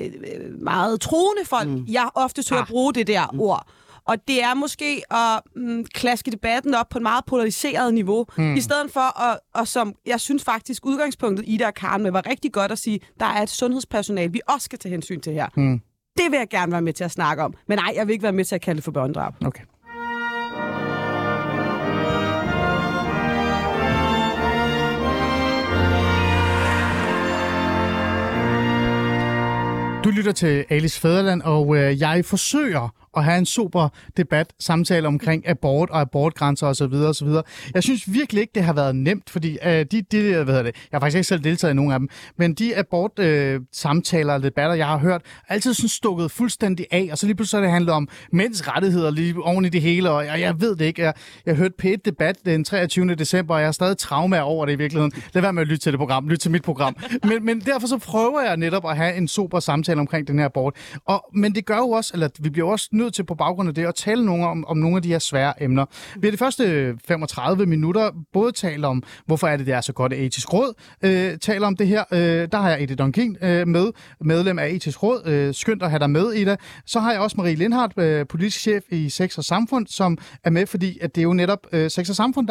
meget troende folk, jeg ofte tør at bruge det der ord. Og det er måske at klaske debatten op på et meget polariseret niveau, i stedet for at, som jeg synes faktisk udgangspunktet Ida og Karen med var rigtig godt at sige, der er et sundhedspersonale, vi også skal tage hensyn til her. Det vil jeg gerne være med til at snakke om. Men nej, jeg vil ikke være med til at kalde det for børnedrab. Okay. Du lytter til Alice Fæderland, og jeg forsøger at have en super debat, samtale omkring abort og abortgrænser osv. osv. Jeg synes virkelig ikke, det har været nemt, fordi jeg har faktisk ikke selv deltaget i nogen af dem, men de abort-samtaler og debatter, jeg har hørt, er altid sådan stukket fuldstændig af, og så lige pludselig det handler om mænds rettigheder lige oven i det hele, og jeg ved det ikke. Jeg hørte P1-debat den 23. december, og jeg har stadig traumer over det i virkeligheden. Lad være med at lytte til det program, lytte til mit program. men derfor så prøver jeg netop at have en super samtale omkring den her abort. Men det gør jo også, eller vi bliver også nødt til på baggrund af det at tale om nogle af de her svære emner. Vi har de første 35 minutter både talt om, hvorfor er det er så godt etisk råd, taler om det her. Der har jeg Ida Donkin med, medlem af etisk råd. Skønt at have dig med, Ida. Så har jeg også Marie Lindhardt, politisk chef i Sex og Samfund, som er med, fordi at det er jo netop Sex og Samfund, der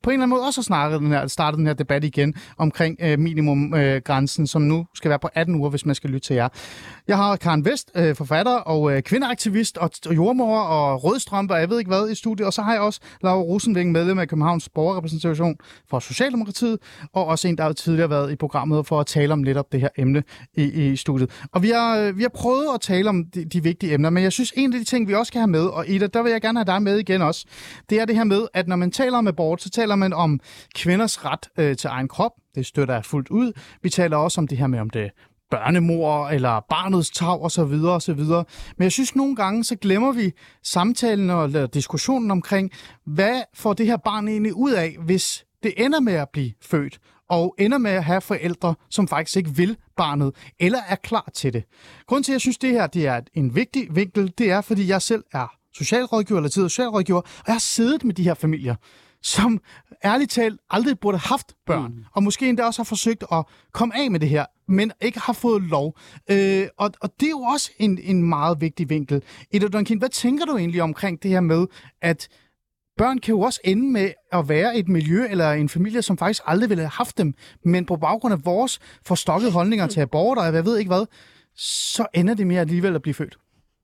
på en eller anden måde også har startet den her debat igen omkring minimumgrænsen, som nu skal være på 18 uger, hvis man skal lytte til jer. Jeg har Karen West, forfatter og kvindeaktivist og jordmor og rødstrømpe, og jeg ved ikke hvad, i studiet. Og så har jeg også Laura Rosenving, medlem af Københavns borgerrepræsentation for Socialdemokratiet, og også en, der har tidligere været i programmet for at tale om lidt om det her emne i studiet. Og vi har prøvet at tale om de vigtige emner, men jeg synes, en af de ting, vi også skal have med, og Ida, der vil jeg gerne have dig med igen også, det er det her med, at når man taler om abort, så taler man om kvinders ret til egen krop. Det støtter jeg fuldt ud. Vi taler også om det her med, om det børnemor eller barnets tarv osv. osv. Men jeg synes nogle gange, så glemmer vi samtalen og diskussionen omkring, hvad får det her barn egentlig ud af, hvis det ender med at blive født, og ender med at have forældre, som faktisk ikke vil barnet, eller er klar til det. Grunden til, at jeg synes, det her det er en vigtig vinkel, det er, fordi jeg selv er socialrådgiver, eller tidligere socialrådgiver, og jeg har siddet med de her familier, som ærligt talt aldrig burde have haft børn, og måske endda også har forsøgt at komme af med det her, men ikke har fået lov. Og det er jo også en meget vigtig vinkel. Ida Duncan, hvad tænker du egentlig omkring det her med, at børn kan jo også ende med at være et miljø eller en familie, som faktisk aldrig ville have haft dem, men på baggrund af vores forstokkede holdninger til abort, og jeg ved ikke hvad, så ender det med alligevel at blive født.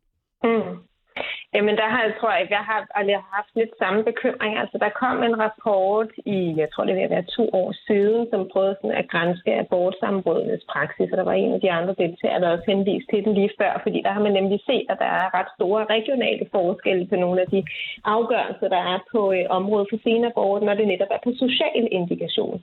Jamen, tror jeg, jeg har aldrig haft lidt samme bekymring. Altså, der kom en rapport jeg tror det vil være 2 år siden, som prøvede sådan at granske abortsamrådenes praksis, og der var en af de andre deltagere, der også henviste til den lige før, fordi der har man nemlig set, at der er ret store regionale forskelle på nogle af de afgørelser, der er på området for senabort, når det netop er på social indikation.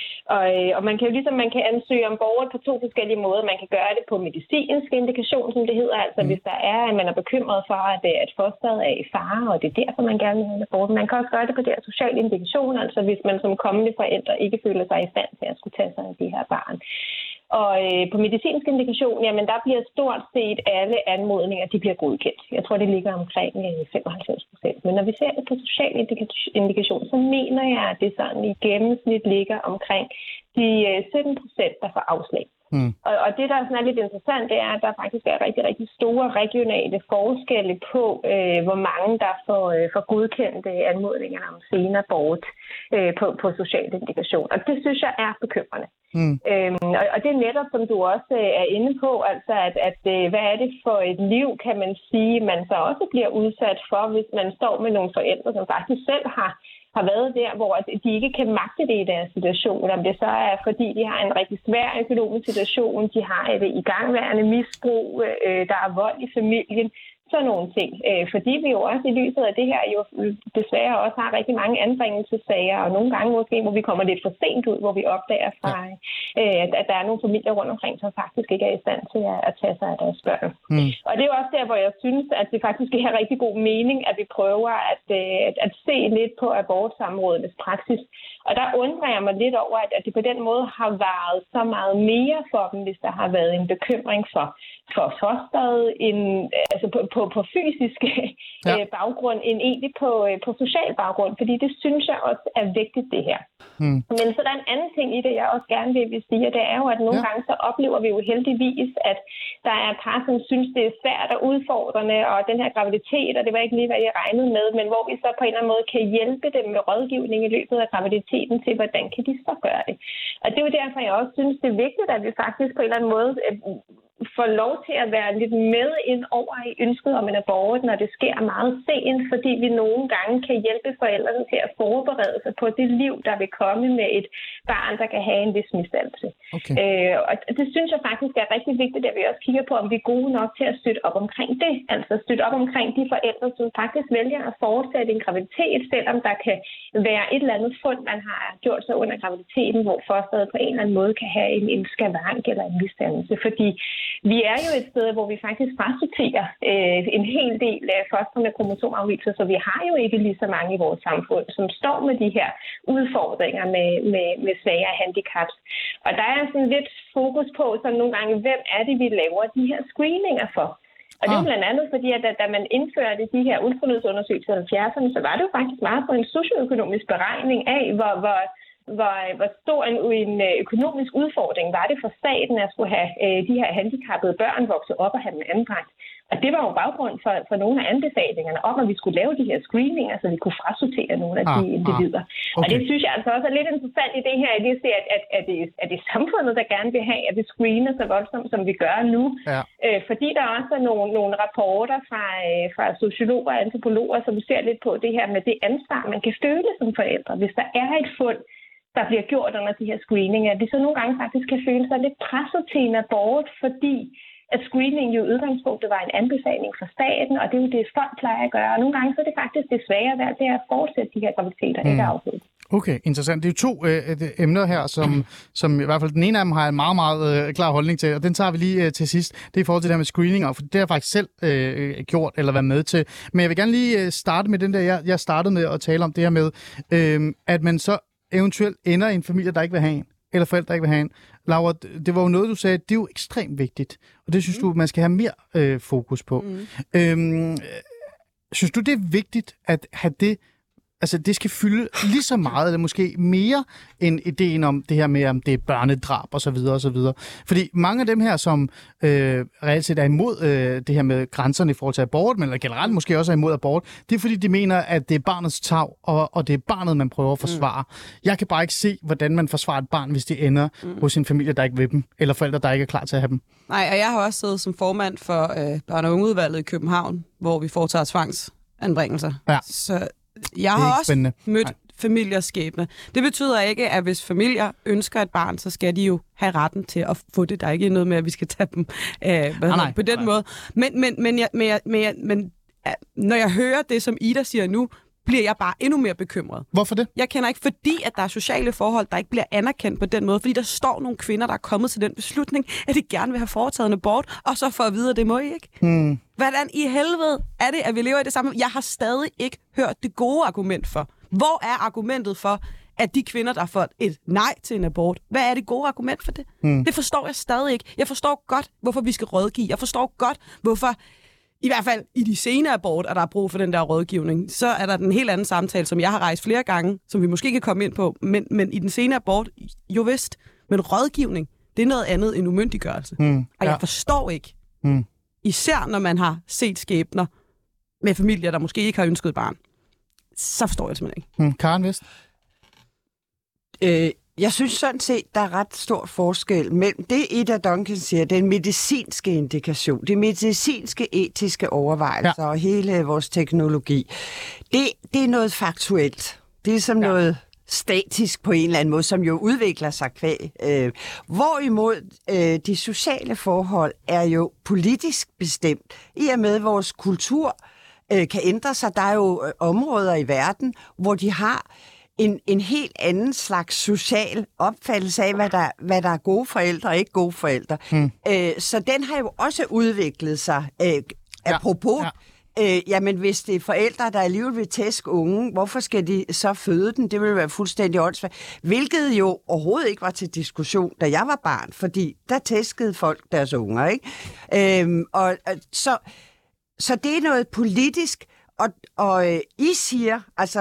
Og man kan jo ligesom man kan ansøge om abort på 2 forskellige måder. Man kan gøre det på medicinsk indikation, som det hedder. Altså hvis der er, at man er bekymret for, at fosteret er i fare, og det er derfor, man gerne vil have abort. Man kan også gøre det på det her social indikation, altså hvis man som kommende forældre ikke føler sig i stand til at skulle tage sig af det her barn. Og på medicinsk indikation, jamen der bliver stort set alle anmodninger, de bliver godkendt. Jeg tror, det ligger omkring 95%. Men når vi ser det på social indikation, så mener jeg, at det sådan i gennemsnit ligger omkring de 17%, der får afslag. Og det, der sådan er lidt interessant, det er, at der faktisk er rigtig, rigtig store regionale forskelle på, hvor mange der får godkendte anmodninger om senabort på social indikation. Og det synes jeg er bekymrende. Og det er netop, som du også er inde på, altså at hvad er det for et liv, kan man sige, man så også bliver udsat for, hvis man står med nogle forældre, som faktisk selv har været der, hvor de ikke kan magte det i deres situation. Om det så er, fordi de har en rigtig svær økonomisk situation, de har et igangværende misbrug, der er vold i familien, sådan nogle ting. Fordi vi jo også i lyset af det her jo desværre også har rigtig mange anbringelsessager, og nogle gange måske, hvor vi kommer lidt for sent ud, hvor vi opdager fra, at der er nogle familier rundt omkring, som faktisk ikke er i stand til at tage sig af deres børn. Og det er jo også der, hvor jeg synes, at det faktisk giver rigtig god mening, at vi prøver at se lidt på abortsamrådenes praksis. Og der undrer jeg mig lidt over, at det på den måde har varet så meget mere for dem, hvis der har været en bekymring for fosteret, altså på fysisk baggrund, end egentlig på social baggrund. Fordi det synes jeg også er vigtigt, det her. Men så der er en anden ting i det, jeg også gerne vil sige, og det er jo, at nogle gange så oplever vi jo heldigvis, at der er par, som synes, det er svært og udfordrende, og den her graviditet, og det var ikke lige, hvad jeg regnede med, men hvor vi så på en eller anden måde kan hjælpe dem med rådgivning i løbet af graviditeten til, hvordan kan de så gøre det. Og det er jo derfor, jeg også synes, det er vigtigt, at vi faktisk på en eller anden måde får lov til at være lidt med ind over i ønsket om en abort, når det sker meget sent, fordi vi nogle gange kan hjælpe forældrene til at forberede sig på det liv, der vil komme med et barn, der kan have en vis misdannelse. Okay. Og det synes jeg faktisk er rigtig vigtigt, at vi også kigger på, om vi er gode nok til at støtte op omkring det. Altså støtte op omkring de forældre, som faktisk vælger at fortsætte en graviditet, selvom der kan være et eller andet fund, man har gjort sig under graviditeten, hvor fosteret på en eller anden måde kan have en skavank eller en misdannelse. Fordi vi er jo et sted, hvor vi faktisk frasorterer en hel del af fostre med kromosomafvigelser, så vi har jo ikke lige så mange i vores samfund, som står med de her udfordringer med svære handicaps. Og der er sådan lidt fokus på, så nogle gange, hvem er det, vi laver de her screeninger for? Og det er jo blandt andet, fordi at da man indførte de her ultralydsundersøgelser i 70'erne, så var det jo faktisk meget på en socioøkonomisk beregning af, hvor stor en økonomisk udfordring var det for staten at skulle have de her handicappede børn vokse op og have dem anbragt. Og det var jo baggrund for nogle af anbefalingerne om, at vi skulle lave de her screeninger, så vi kunne frasortere nogle af de individer. Okay. Og det synes jeg altså også er lidt interessant i det her, at vi ser, at det er samfundet, der gerne vil have, at vi screener så voldsomt, som vi gør nu. Ja. Fordi der også er nogle rapporter fra sociologer og antropologer, som ser lidt på det her med det ansvar, man kan føle som forældre. Hvis der er et fund, der bliver gjort under de her screeninger, at det så nogle gange faktisk kan føle sig lidt presset til en abort, fordi at screening jo i udgangspunktet var en anbefaling fra staten, og det er jo det, folk plejer at gøre. Og nogle gange så er det faktisk det svære værd, det er at fortsætte de her graviditeter, ikke afslutte. Okay, interessant. Det er jo 2 emner her, som i hvert fald den ene af dem har en meget, meget klar holdning til, og den tager vi lige til sidst. Det er i forhold til det her med screeninger, for det har jeg faktisk selv gjort eller været med til. Men jeg vil gerne lige starte med den der, jeg startede med at tale om det her med, at man så eventuelt ender i en familie, der ikke vil have en, eller forældre, der ikke vil have en. Laura, det var jo noget, du sagde, det er jo ekstremt vigtigt, og det synes du, man skal have mere fokus på. Synes du, det er vigtigt at have det, altså det skal fylde lige så meget, eller måske mere, end ideen om det her med, om det er børnedrab og så videre og så videre. Fordi mange af dem her, som reelt set er imod det her med grænserne i forhold til abort, men generelt måske også er imod abort, det er fordi, de mener, at det er barnets tarv, og det er barnet, man prøver at forsvare. Jeg kan bare ikke se, hvordan man forsvarer et barn, hvis det ender hos en familie, der ikke vil dem, eller forældre, der ikke er klar til at have dem. Nej, og jeg har også siddet som formand for børne- og ungeudvalget i København, hvor vi foretager tvangsanbringelser. Ja. Så jeg har også mødt familiers skæbne. Det betyder ikke, at hvis familier ønsker et barn, så skal de jo have retten til at få det. Der er ikke noget med, at vi skal tage dem på den måde. Men når jeg hører det, som Ida siger nu, bliver jeg bare endnu mere bekymret. Hvorfor det? Jeg kender ikke, fordi at der er sociale forhold, der ikke bliver anerkendt på den måde, fordi der står nogle kvinder, der er kommet til den beslutning, at de gerne vil have foretaget en abort, og så får at vide, at det må I ikke. Hvordan i helvede er det, at vi lever i det samme? Jeg har stadig ikke hørt det gode argument for. Hvor er argumentet for, at de kvinder, der har fået et nej til en abort, hvad er det gode argument for det? Det forstår jeg stadig ikke. Jeg forstår godt, hvorfor vi skal rådgive. Jeg forstår godt, hvorfor i hvert fald i de senere abort, at der er brug for den der rådgivning. Så er der den helt anden samtale, som jeg har rejst flere gange, som vi måske kan komme ind på. Men i den senere abort, jo vist, men rådgivning, det er noget andet end umyndiggørelse. Og jeg forstår ikke, især når man har set skæbner med familier, der måske ikke har ønsket et barn, så forstår jeg det simpelthen ikke. Karen Vest? Jeg synes sådan set, der er ret stor forskel mellem det, Ida Duncan siger, den medicinske indikation, det medicinske etiske overvejelser og hele vores teknologi. Det er noget faktuelt. Det er som noget statisk på en eller anden måde, som jo udvikler sig kvæg. Hvorimod de sociale forhold er jo politisk bestemt, i og med vores kultur kan ændre sig. Der er jo områder i verden, hvor de har en helt anden slags social opfattelse af, hvad der er gode forældre og ikke gode forældre. Så den har jo også udviklet sig. Apropos, jamen hvis det er forældre, der alligevel vil tæske unge, hvorfor skal de så føde den? Det ville være fuldstændig åndssvagt. Hvilket jo overhovedet ikke var til diskussion, da jeg var barn, fordi der tæskede folk deres unger, ikke? Så det er noget politisk. Og I siger, altså,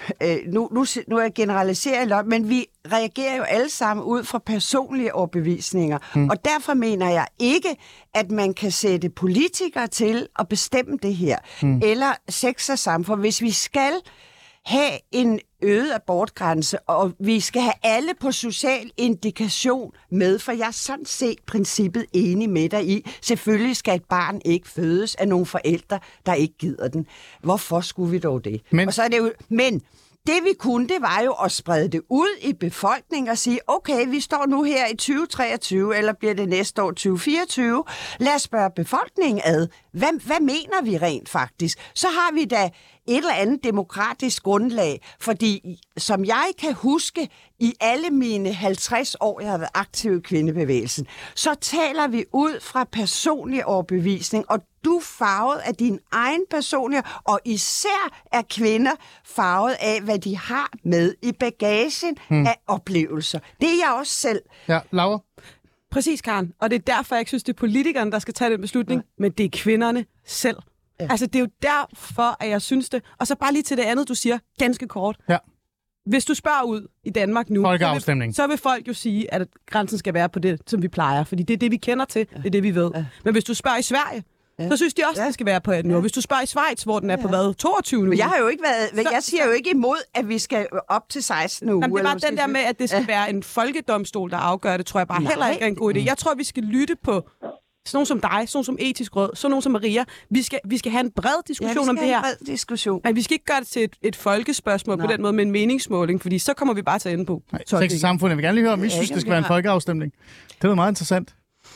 nu er jeg generaliseret, men vi reagerer jo alle sammen ud fra personlige overbevisninger. Og derfor mener jeg ikke, at man kan sætte politikere til at bestemme det her. Eller sex og samfund. Hvis vi skal have en øget abortgrænse, og vi skal have alle på social indikation med, for jeg er sådan set princippet enig med dig i. Selvfølgelig skal et barn ikke fødes af nogle forældre, der ikke gider den. Hvorfor skulle vi dog det? Men det vi kunne, det var jo at sprede det ud i befolkningen og sige, okay, vi står nu her i 2023, eller bliver det næste år 2024. Lad os spørge befolkningen ad. Hvad mener vi rent faktisk? Så har vi da et eller andet demokratisk grundlag, fordi som jeg kan huske i alle mine 50 år, jeg har været aktiv i kvindebevægelsen, så taler vi ud fra personlig overbevisning, og du er farvet af din egen personlige, og især er kvinder farvet af, hvad de har med i bagagen af oplevelser. Det er jeg også selv. Ja, Laura? Præcis, Karen. Og det er derfor, jeg ikke synes, det er politikerne, der skal tage den beslutning, men det er kvinderne selv. Ja. Altså, det er jo derfor, at jeg synes det. Og så bare lige til det andet, du siger, ganske kort. Ja. Hvis du spørger ud i Danmark nu, så vil folk jo sige, at grænsen skal være på det, som vi plejer. Fordi det er det, vi kender til. Det er det, vi ved. Ja. Men hvis du spørger i Sverige, så synes de også, det skal være på 18 år. Hvis du spørger i Schweiz, hvor den er på hvad? 22 nu? Men jeg har jo ikke været... Jeg siger jo ikke imod, at vi skal op til 16 uger. Jamen, det er bare den der med, at det skal være en folkedomstol, der afgør det, tror jeg bare heller ikke er en god idé. Jeg tror, vi skal lytte på sådan nogen som dig, sådan nogen som Etisk Råd, sådan nogen som Maria. Vi skal have en bred diskussion om det her. Bred diskussion. Men vi skal ikke gøre det til et folkespørgsmål på den måde med en meningsmåling, fordi så kommer vi bare til at ende på. Sex i samfundet. Jeg vil gerne lige høre, om I synes, det skal være en folkeafstemning. Det er meget interessant.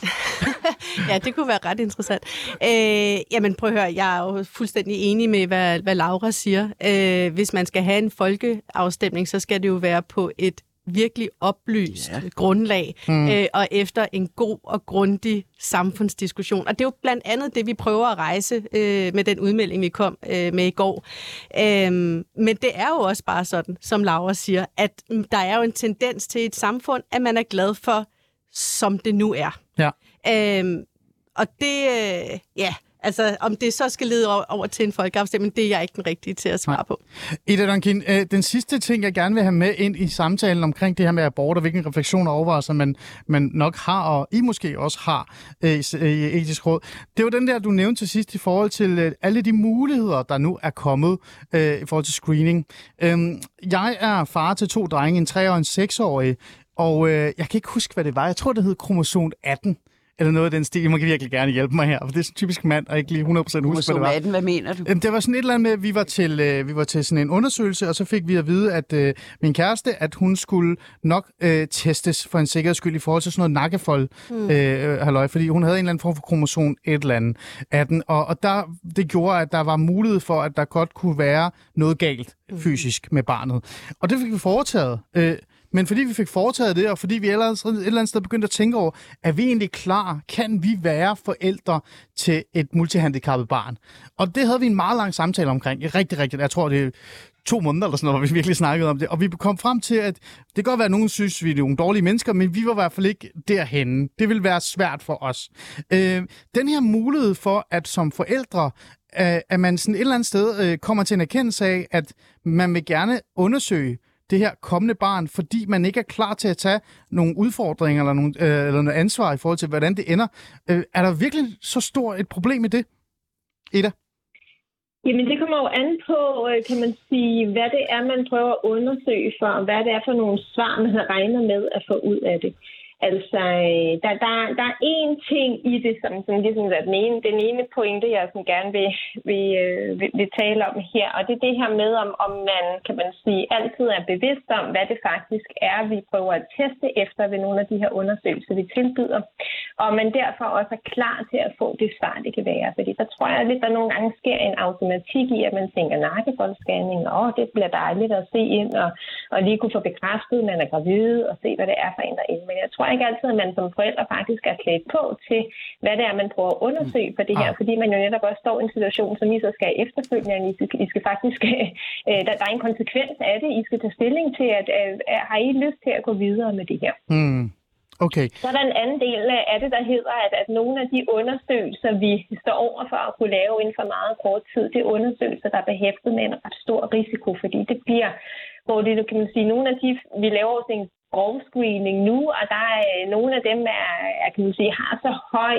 Ja, det kunne være ret interessant. Jamen prøv at høre, jeg er jo fuldstændig enig med, hvad Laura siger. Hvis man skal have en folkeafstemning, så skal det jo være på et virkelig oplyst grundlag, og efter en god og grundig samfundsdiskussion. Og det er jo blandt andet det, vi prøver at rejse med den udmelding, vi kom med i går. Men det er jo også bare sådan, som Laura siger, at der er jo en tendens til et samfund, at man er glad for, som det nu er. Ja. Og det, altså om det så skal lede over til en folkeafstemning, det er jeg ikke den rigtige til at svare på. Ida Donkin, den sidste ting, jeg gerne vil have med ind i samtalen omkring det her med abort, og hvilke refleksioner og overvejelser man nok har, og I måske også har i Etisk Råd, det var den der, du nævnte til sidst i forhold til alle de muligheder, der nu er kommet i forhold til screening. Jeg er far til 2 drenge, en 3- og en 6-årig, og jeg kan ikke huske, hvad det var. Jeg tror, det hed kromosom 18. Eller noget af den stil. Man kan virkelig gerne hjælpe mig her, for det er sådan typisk mand, og ikke lige 100% huske, hvad det var. 18, hvad mener du? Det var sådan et eller andet med, at vi var til sådan en undersøgelse, og så fik vi at vide, at min kæreste, at hun skulle nok testes for en sikkerheds skyld i forhold til sådan noget nakkefold, halløj, fordi hun havde en eller anden form for kromosom et eller andet 18, og det gjorde, at der var mulighed for, at der godt kunne være noget galt fysisk med barnet. Og det fik vi foretaget. Men fordi vi fik foretaget det, og fordi vi ellers et eller andet sted begyndte at tænke over, er vi egentlig klar? Kan vi være forældre til et multihandicappet barn? Og det havde vi en meget lang samtale omkring. Jeg tror, det er 2 måneder eller sådan noget, hvor vi virkelig snakkede om det. Og vi kom frem til, at det kan godt være, at nogen synes, vi er nogle dårlige mennesker, men vi var i hvert fald ikke derhenne. Det vil være svært for os. Den her mulighed for, at som forældre, at man sådan et eller andet sted kommer til en erkendelse af, at man vil gerne undersøge det her kommende barn, fordi man ikke er klar til at tage nogle udfordringer eller noget ansvar i forhold til, hvordan det ender. Er der virkelig så stort et problem i det, Ida? Jamen, det kommer jo an på, kan man sige, hvad det er, man prøver at undersøge for, og hvad det er for nogle svar, man regner med at få ud af det. Altså, der er én ting i det, som ligesom er den ene pointe, jeg som gerne vil tale om her, og det er det her med, om man, kan man sige, altid er bevidst om, hvad det faktisk er, vi prøver at teste efter ved nogle af de her undersøgelser, vi tilbyder, og man derfor også er klar til at få det svar, det kan være. Fordi der tror jeg lidt, der nogle gange sker en automatik i, at man tænker, nakkefoldsscanning, det bliver dejligt at se ind, og lige kunne få bekræftet, at man er gravid, og se, hvad det er for en derinde. Men jeg tror ikke altid, at man som forældre faktisk er klædt på til, hvad det er, man prøver at undersøge for det her, fordi man jo netop også står i en situation, som I så skal efterfølgende. I skal faktisk, der er en konsekvens af det. I skal tage stilling til, at har I lyst til at gå videre med det her? Okay. Så er der en anden del af det, der hedder, at nogle af de undersøgelser, vi står over for at kunne lave inden for meget kort tid, det er undersøgelser, der er behæftet med en ret stor risiko, fordi det bliver, hvor det, kan man sige, nogle af de, vi laver også en grov screening nu, og der er nogle af dem, kan man sige, har så høj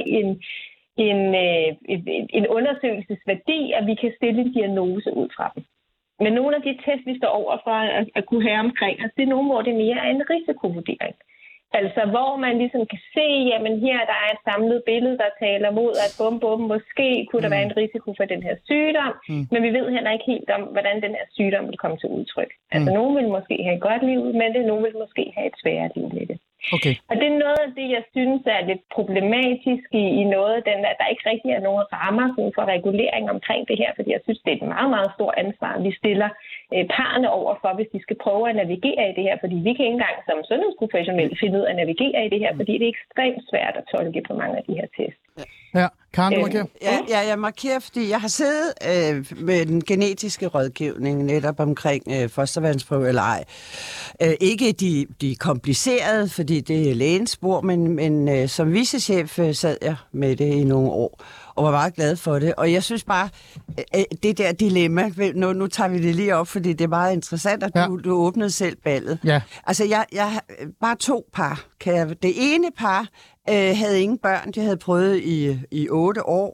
en undersøgelsesværdi, at vi kan stille en diagnose ud fra dem. Men nogle af de tests, vi står over for at kunne have omkring os, det er nogle, hvor det mere er en risikovurdering. Altså, hvor man ligesom kan se, jamen her der er et samlet billede, der taler mod, at måske kunne der være en risiko for den her sygdom, men vi ved heller ikke helt om, hvordan den her sygdom vil komme til udtryk. Altså, nogen vil måske have et godt liv, men nogen vil måske have et sværere liv med det. Okay. Og det er noget af det, jeg synes er lidt problematisk i noget af den, at der ikke rigtig er nogen rammer for regulering omkring det her, fordi jeg synes, det er et meget, meget stort ansvar, vi stiller parerne over for, hvis de skal prøve at navigere i det her, fordi vi kan ikke engang som sundhedsprofessionelle finde ud af at navigere i det her, fordi det er ekstremt svært at tolke på mange af de her tests. Ja, Karen, du markerer? Jeg markerer, fordi jeg har siddet med den genetiske rådgivning netop omkring fostervandsprøve eller ej. Ikke de komplicerede, fordi det er lægens spor, men som vicechef sad jeg med det i nogle år, og var meget glad for det. Og jeg synes bare, det der dilemma, nu tager vi det lige op, fordi det er meget interessant, at du åbnede selv ballet. Ja. Altså, jeg bare 2 par. Det ene par havde ingen børn, de havde prøvet i 8 år,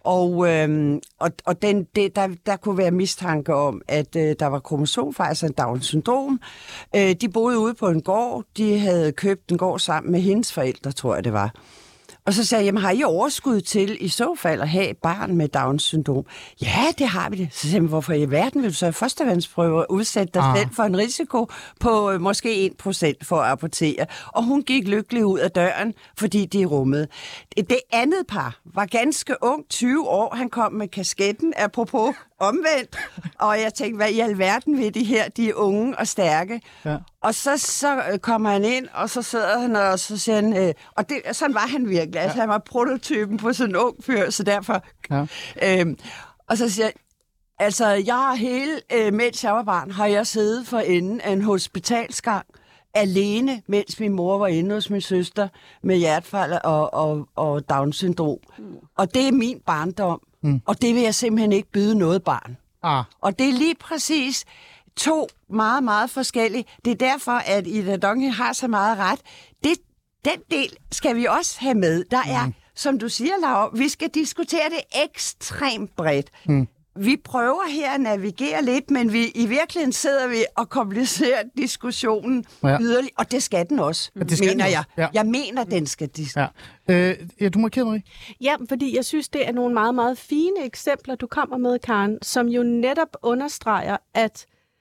Og der kunne være mistanke om, at der var kromosomfejl, altså Down-syndrom. De boede ude på en gård. De havde købt en gård sammen med hendes forældre, tror jeg det var. Og så sagde jeg, jamen har I overskud til i så fald at have et barn med Down-syndrom? Ja, det har vi det. Så sagde jeg, hvorfor i verden vil du så i førstevandsprøver udsætte dig selv for en risiko på måske 1% for at abortere? Og hun gik lykkelig ud af døren, fordi de rummede. Det andet par var ganske ung, 20 år. Han kom med kasketten, apropos omvendt. Og jeg tænkte, hvad i alverden vil de her, de er unge og stærke? Ja. Og så kommer han ind, og så sidder han, og så siger han, og sådan var han virkelig. Ja. Altså, han var prototypen på sådan en ung fyr, så derfor... Ja. Og så siger jeg, altså, jeg har mens jeg var barn, har jeg siddet for enden af en hospitalsgang, alene, mens min mor var inde hos min søster med hjertefejl og Down-syndrom. Og det er min barndom, og det vil jeg simpelthen ikke byde noget barn. Og det er lige præcis 2 meget, meget forskellige. Det er derfor, at Ida Duncan har så meget ret. Den del skal vi også have med. Der er, som du siger, Laura, vi skal diskutere det ekstremt bredt. Vi prøver her at navigere lidt, men i virkeligheden sidder vi og komplicerer diskussionen yderligere, og det skal den også, mener jeg. Ja. Jeg mener, den skal diskutere. Ja, du markerer, Marie. Ja, fordi jeg synes, det er nogle meget, meget fine eksempler, du kommer med, Karen, som jo netop understreger, at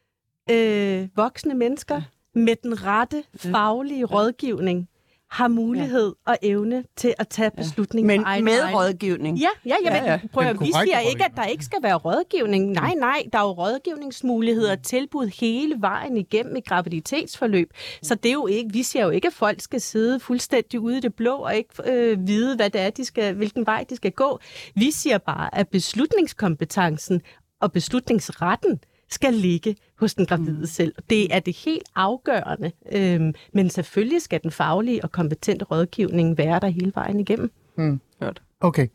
voksne mennesker med den rette faglige rådgivning har mulighed og evne til at tage beslutninger men med rådgivning. Ja. Vi siger ikke, at der ikke skal være rådgivning. Nej, der er jo rådgivningsmuligheder tilbud hele vejen igennem i graviditetsforløb. Så det er jo ikke, vi siger jo ikke, at folk skal sidde fuldstændig ude i det blå og ikke vide, hvad det er, hvilken vej de skal gå. Vi siger bare, at beslutningskompetencen og beslutningsretten skal ligge hos den gravide selv. Det er det helt afgørende. Men selvfølgelig skal den faglige og kompetente rådgivning være der hele vejen igennem. Okay.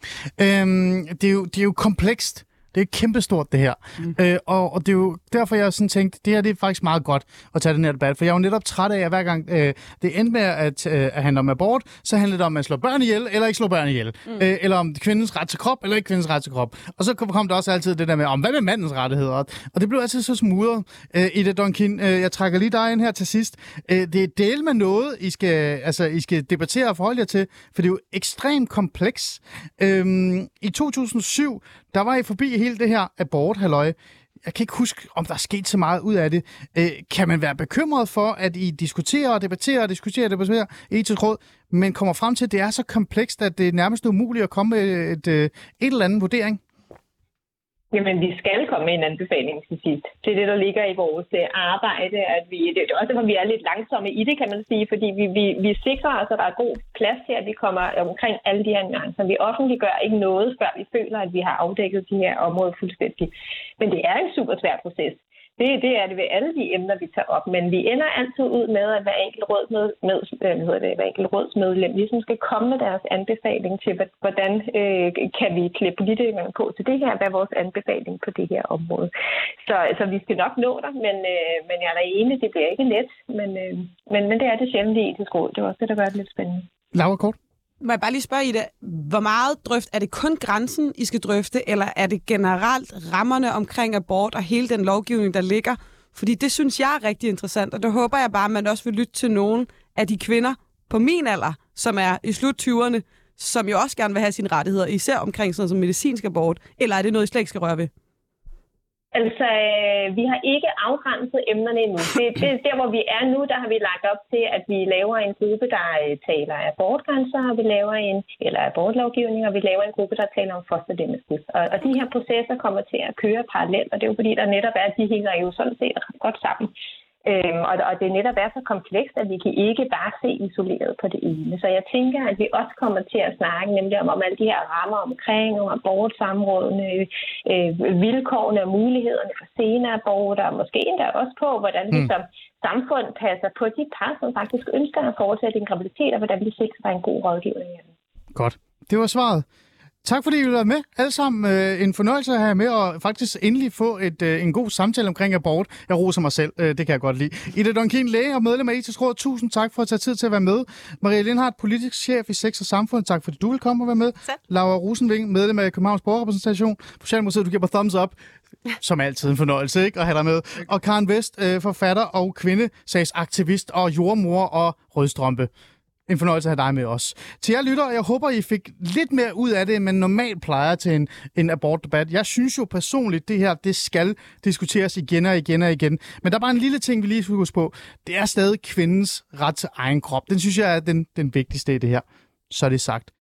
Det er jo komplekst. Det er kæmpestort, det her. Og det er jo derfor, jeg sådan tænkte, det her det er faktisk meget godt at tage den her debat. For jeg er jo netop træt af, at hver gang det endte med at handle om abort, så handler det om at slå børn ihjel, eller ikke slå børn ihjel. Eller om kvindens ret til krop, eller ikke kvindens ret til krop. Og så kom der også altid det der med, om hvad med mandens rettigheder? Og det blev altid så smudret. Ida Duncan, jeg trækker lige dig ind her til sidst. Det er del med noget, I skal debattere og forholde jer til, for det er jo ekstremt kompleks. I 2007, der var I forbi hele det her abort-halløj. Jeg kan ikke huske, om der er sket så meget ud af det. Kan man være bekymret for, at I diskuterer og debatterer i etisk råd, men kommer frem til, at det er så komplekst, at det er nærmest umuligt at komme med et eller andet vurdering? Jamen, vi skal komme med en anbefaling til sidst. Det er det, der ligger i vores arbejde. At det er også, hvor vi er lidt langsomme i det, kan man sige, fordi vi sikrer os, at der er god plads til, at vi kommer omkring alle de her nuancer. Vi offentliggør ikke noget, før vi føler, at vi har afdækket de her områder fuldstændig. Men det er en super svær proces. Det er det ved alle de emner, vi tager op. Men vi ender altid ud med, at hver enkelt rådsmedlem ligesom skal komme med deres anbefaling til, hvordan kan vi klæde politikerne på til det her, hvad er vores anbefaling på det her område. Så vi skal nok nå der, men jeg er da enig, det bliver ikke let, men det er det sjældent i etisk råd. Det er også det, der gør det lidt spændende. Laura Kort? Må jeg bare lige spørge I det, hvor meget er det kun grænsen, I skal drøfte, eller er det generelt rammerne omkring abort og hele den lovgivning, der ligger? Fordi det synes jeg er rigtig interessant, og det håber jeg bare, at man også vil lytte til nogle af de kvinder på min alder, som er i slut 20'erne, som jo også gerne vil have sine rettigheder, især omkring sådan som medicinsk abort, eller er det noget, I slet ikke skal røre ved? Altså, vi har ikke afgrænset emnerne endnu. Det der, hvor vi er nu, der har vi lagt op til, at vi laver en gruppe, der taler abortgrænser, og vi laver eller abortlovgivning, og vi laver en gruppe, der taler om fosterdæmmelse. Og de her processer kommer til at køre parallelt, og det er jo fordi, der netop er, at de hænger jo sådan set godt sammen. Og det netop er så komplekst, at vi kan ikke bare se isoleret på det ene. Så jeg tænker, at vi også kommer til at snakke nemlig om alle de her rammer omkring, om abortsamrådene, vilkårene og mulighederne for senere aborter, og måske endda også på, hvordan vi som samfund passer på de par, som faktisk ønsker at fortsætte en graviditet, og hvordan vi sikrer en god rådgivning af dem. Godt. Det var svaret. Tak fordi I vil være med. Alle sammen en fornøjelse at have med, og faktisk endelig få en god samtale omkring abort. Jeg roser mig selv, det kan jeg godt lide. Ida Donkin, læge og medlem af Etisk Råd, tusind tak for at tage tid til at være med. Maria Lindhardt, politisk chef i Sex og Samfund, tak fordi du vil komme og være med. Selv. Laura Rosenving, medlem af Københavns Borgerrepræsentation. På Socialdemokratiet, du giver mig thumbs up. Som altid en fornøjelse, ikke? At have dig med. Og Karen West, forfatter og kvindesagsaktivist og jordmor og rødstrømpe. En fornøjelse at have dig med os. Til jer lytter, jeg håber, I fik lidt mere ud af det, end man normalt plejer til en abortdebat. Jeg synes jo personligt, det her, det skal diskuteres igen og igen og igen. Men der er bare en lille ting, vi lige skal huske på. Det er stadig kvindens ret til egen krop. Den synes jeg er den vigtigste i det her. Så er det sagt.